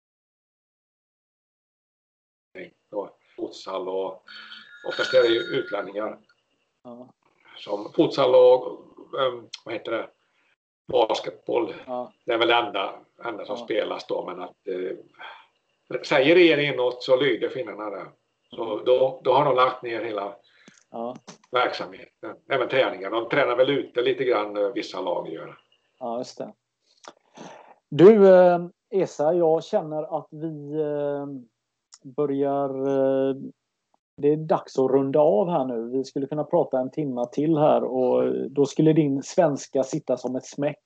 Futsal och oftast är det ju utlänningar. Ja. Som futsal och vad heter det? Basketboll. Ja. Det är väl det enda som spelas då, men att säger regeringen något så lyder finnarna där. Så då har de lagt ner hela verksamheten. Även träningar. De tränar väl ute lite grann, vissa lag gör. Ja, just det. Du, Esa, jag känner att vi börjar... Det är dags att runda av här nu. Vi skulle kunna prata en timme till här och då skulle din svenska sitta som ett smäck.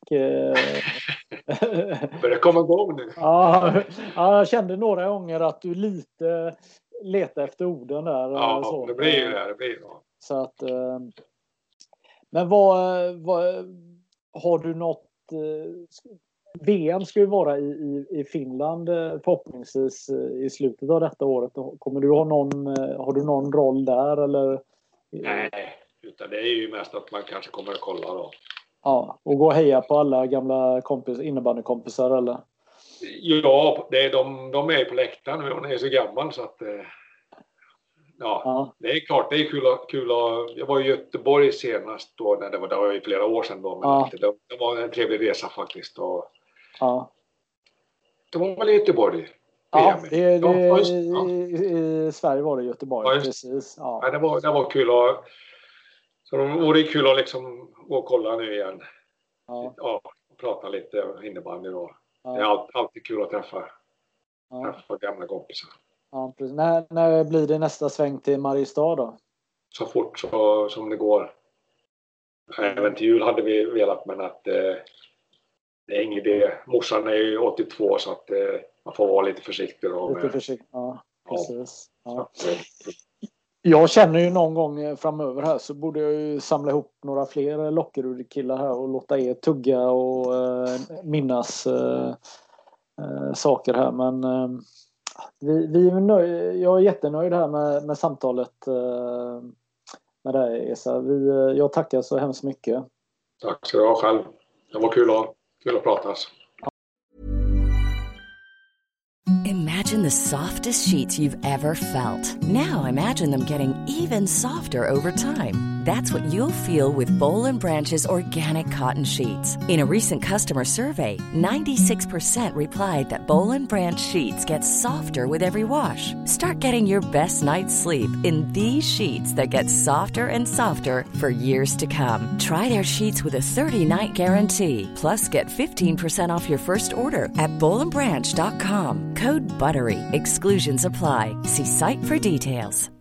Börjar komma igång nu. Ja, jag kände några gånger att du lite letar efter orden där. Ja, så. Det blir ju det. Så att, men vad har du något... VM ska ju vara i Finland förhoppningsvis i slutet av detta året. Kommer du har du någon roll där eller? Nej, utan det är ju mest att man kanske kommer att kolla då. Ja, och gå och heja på alla gamla innebandykompisar eller? Ja, de är på läktaren nu. Hon är så gammal så att ja. Det är klart, det är kul att, jag var i Göteborg senast då, när det var ju flera år sedan då, men det var en trevlig resa faktiskt. Och, det var väl i Göteborg? Ja, i Sverige var det Göteborg, precis. Ja. Det var kul så det vore kul att liksom gå och kolla nu igen. Ja, prata lite innebandy då. Det är alltid kul att träffa gamla kompisar. Ja, precis. När blir det nästa sväng till Mariestad då? Så fort som det går. Även till jul hade vi velat, men att det är ingen idé. Morsan är ju 82 så att man får vara lite försiktig. Lite försiktig, ja, precis. Ja. Jag känner ju någon gång framöver här så borde jag ju samla ihop några fler Lockerud-killar här och låta er tugga och minnas saker här. Men jag är jättenöjd här med samtalet med dig, Esa. Jag tackar så hemskt mycket. Tack så du ha själv. Det var kul att pratas. Imagine the softest sheets you've ever felt. Now imagine them getting even softer over time. That's what you'll feel with Boll & Branch's organic cotton sheets. In a recent customer survey, 96% replied that Boll & Branch sheets get softer with every wash. Start getting your best night's sleep in these sheets that get softer and softer for years to come. Try their sheets with a 30-night guarantee. Plus, get 15% off your first order at bollandbranch.com. Code BUTTERY. Exclusions apply. See site for details.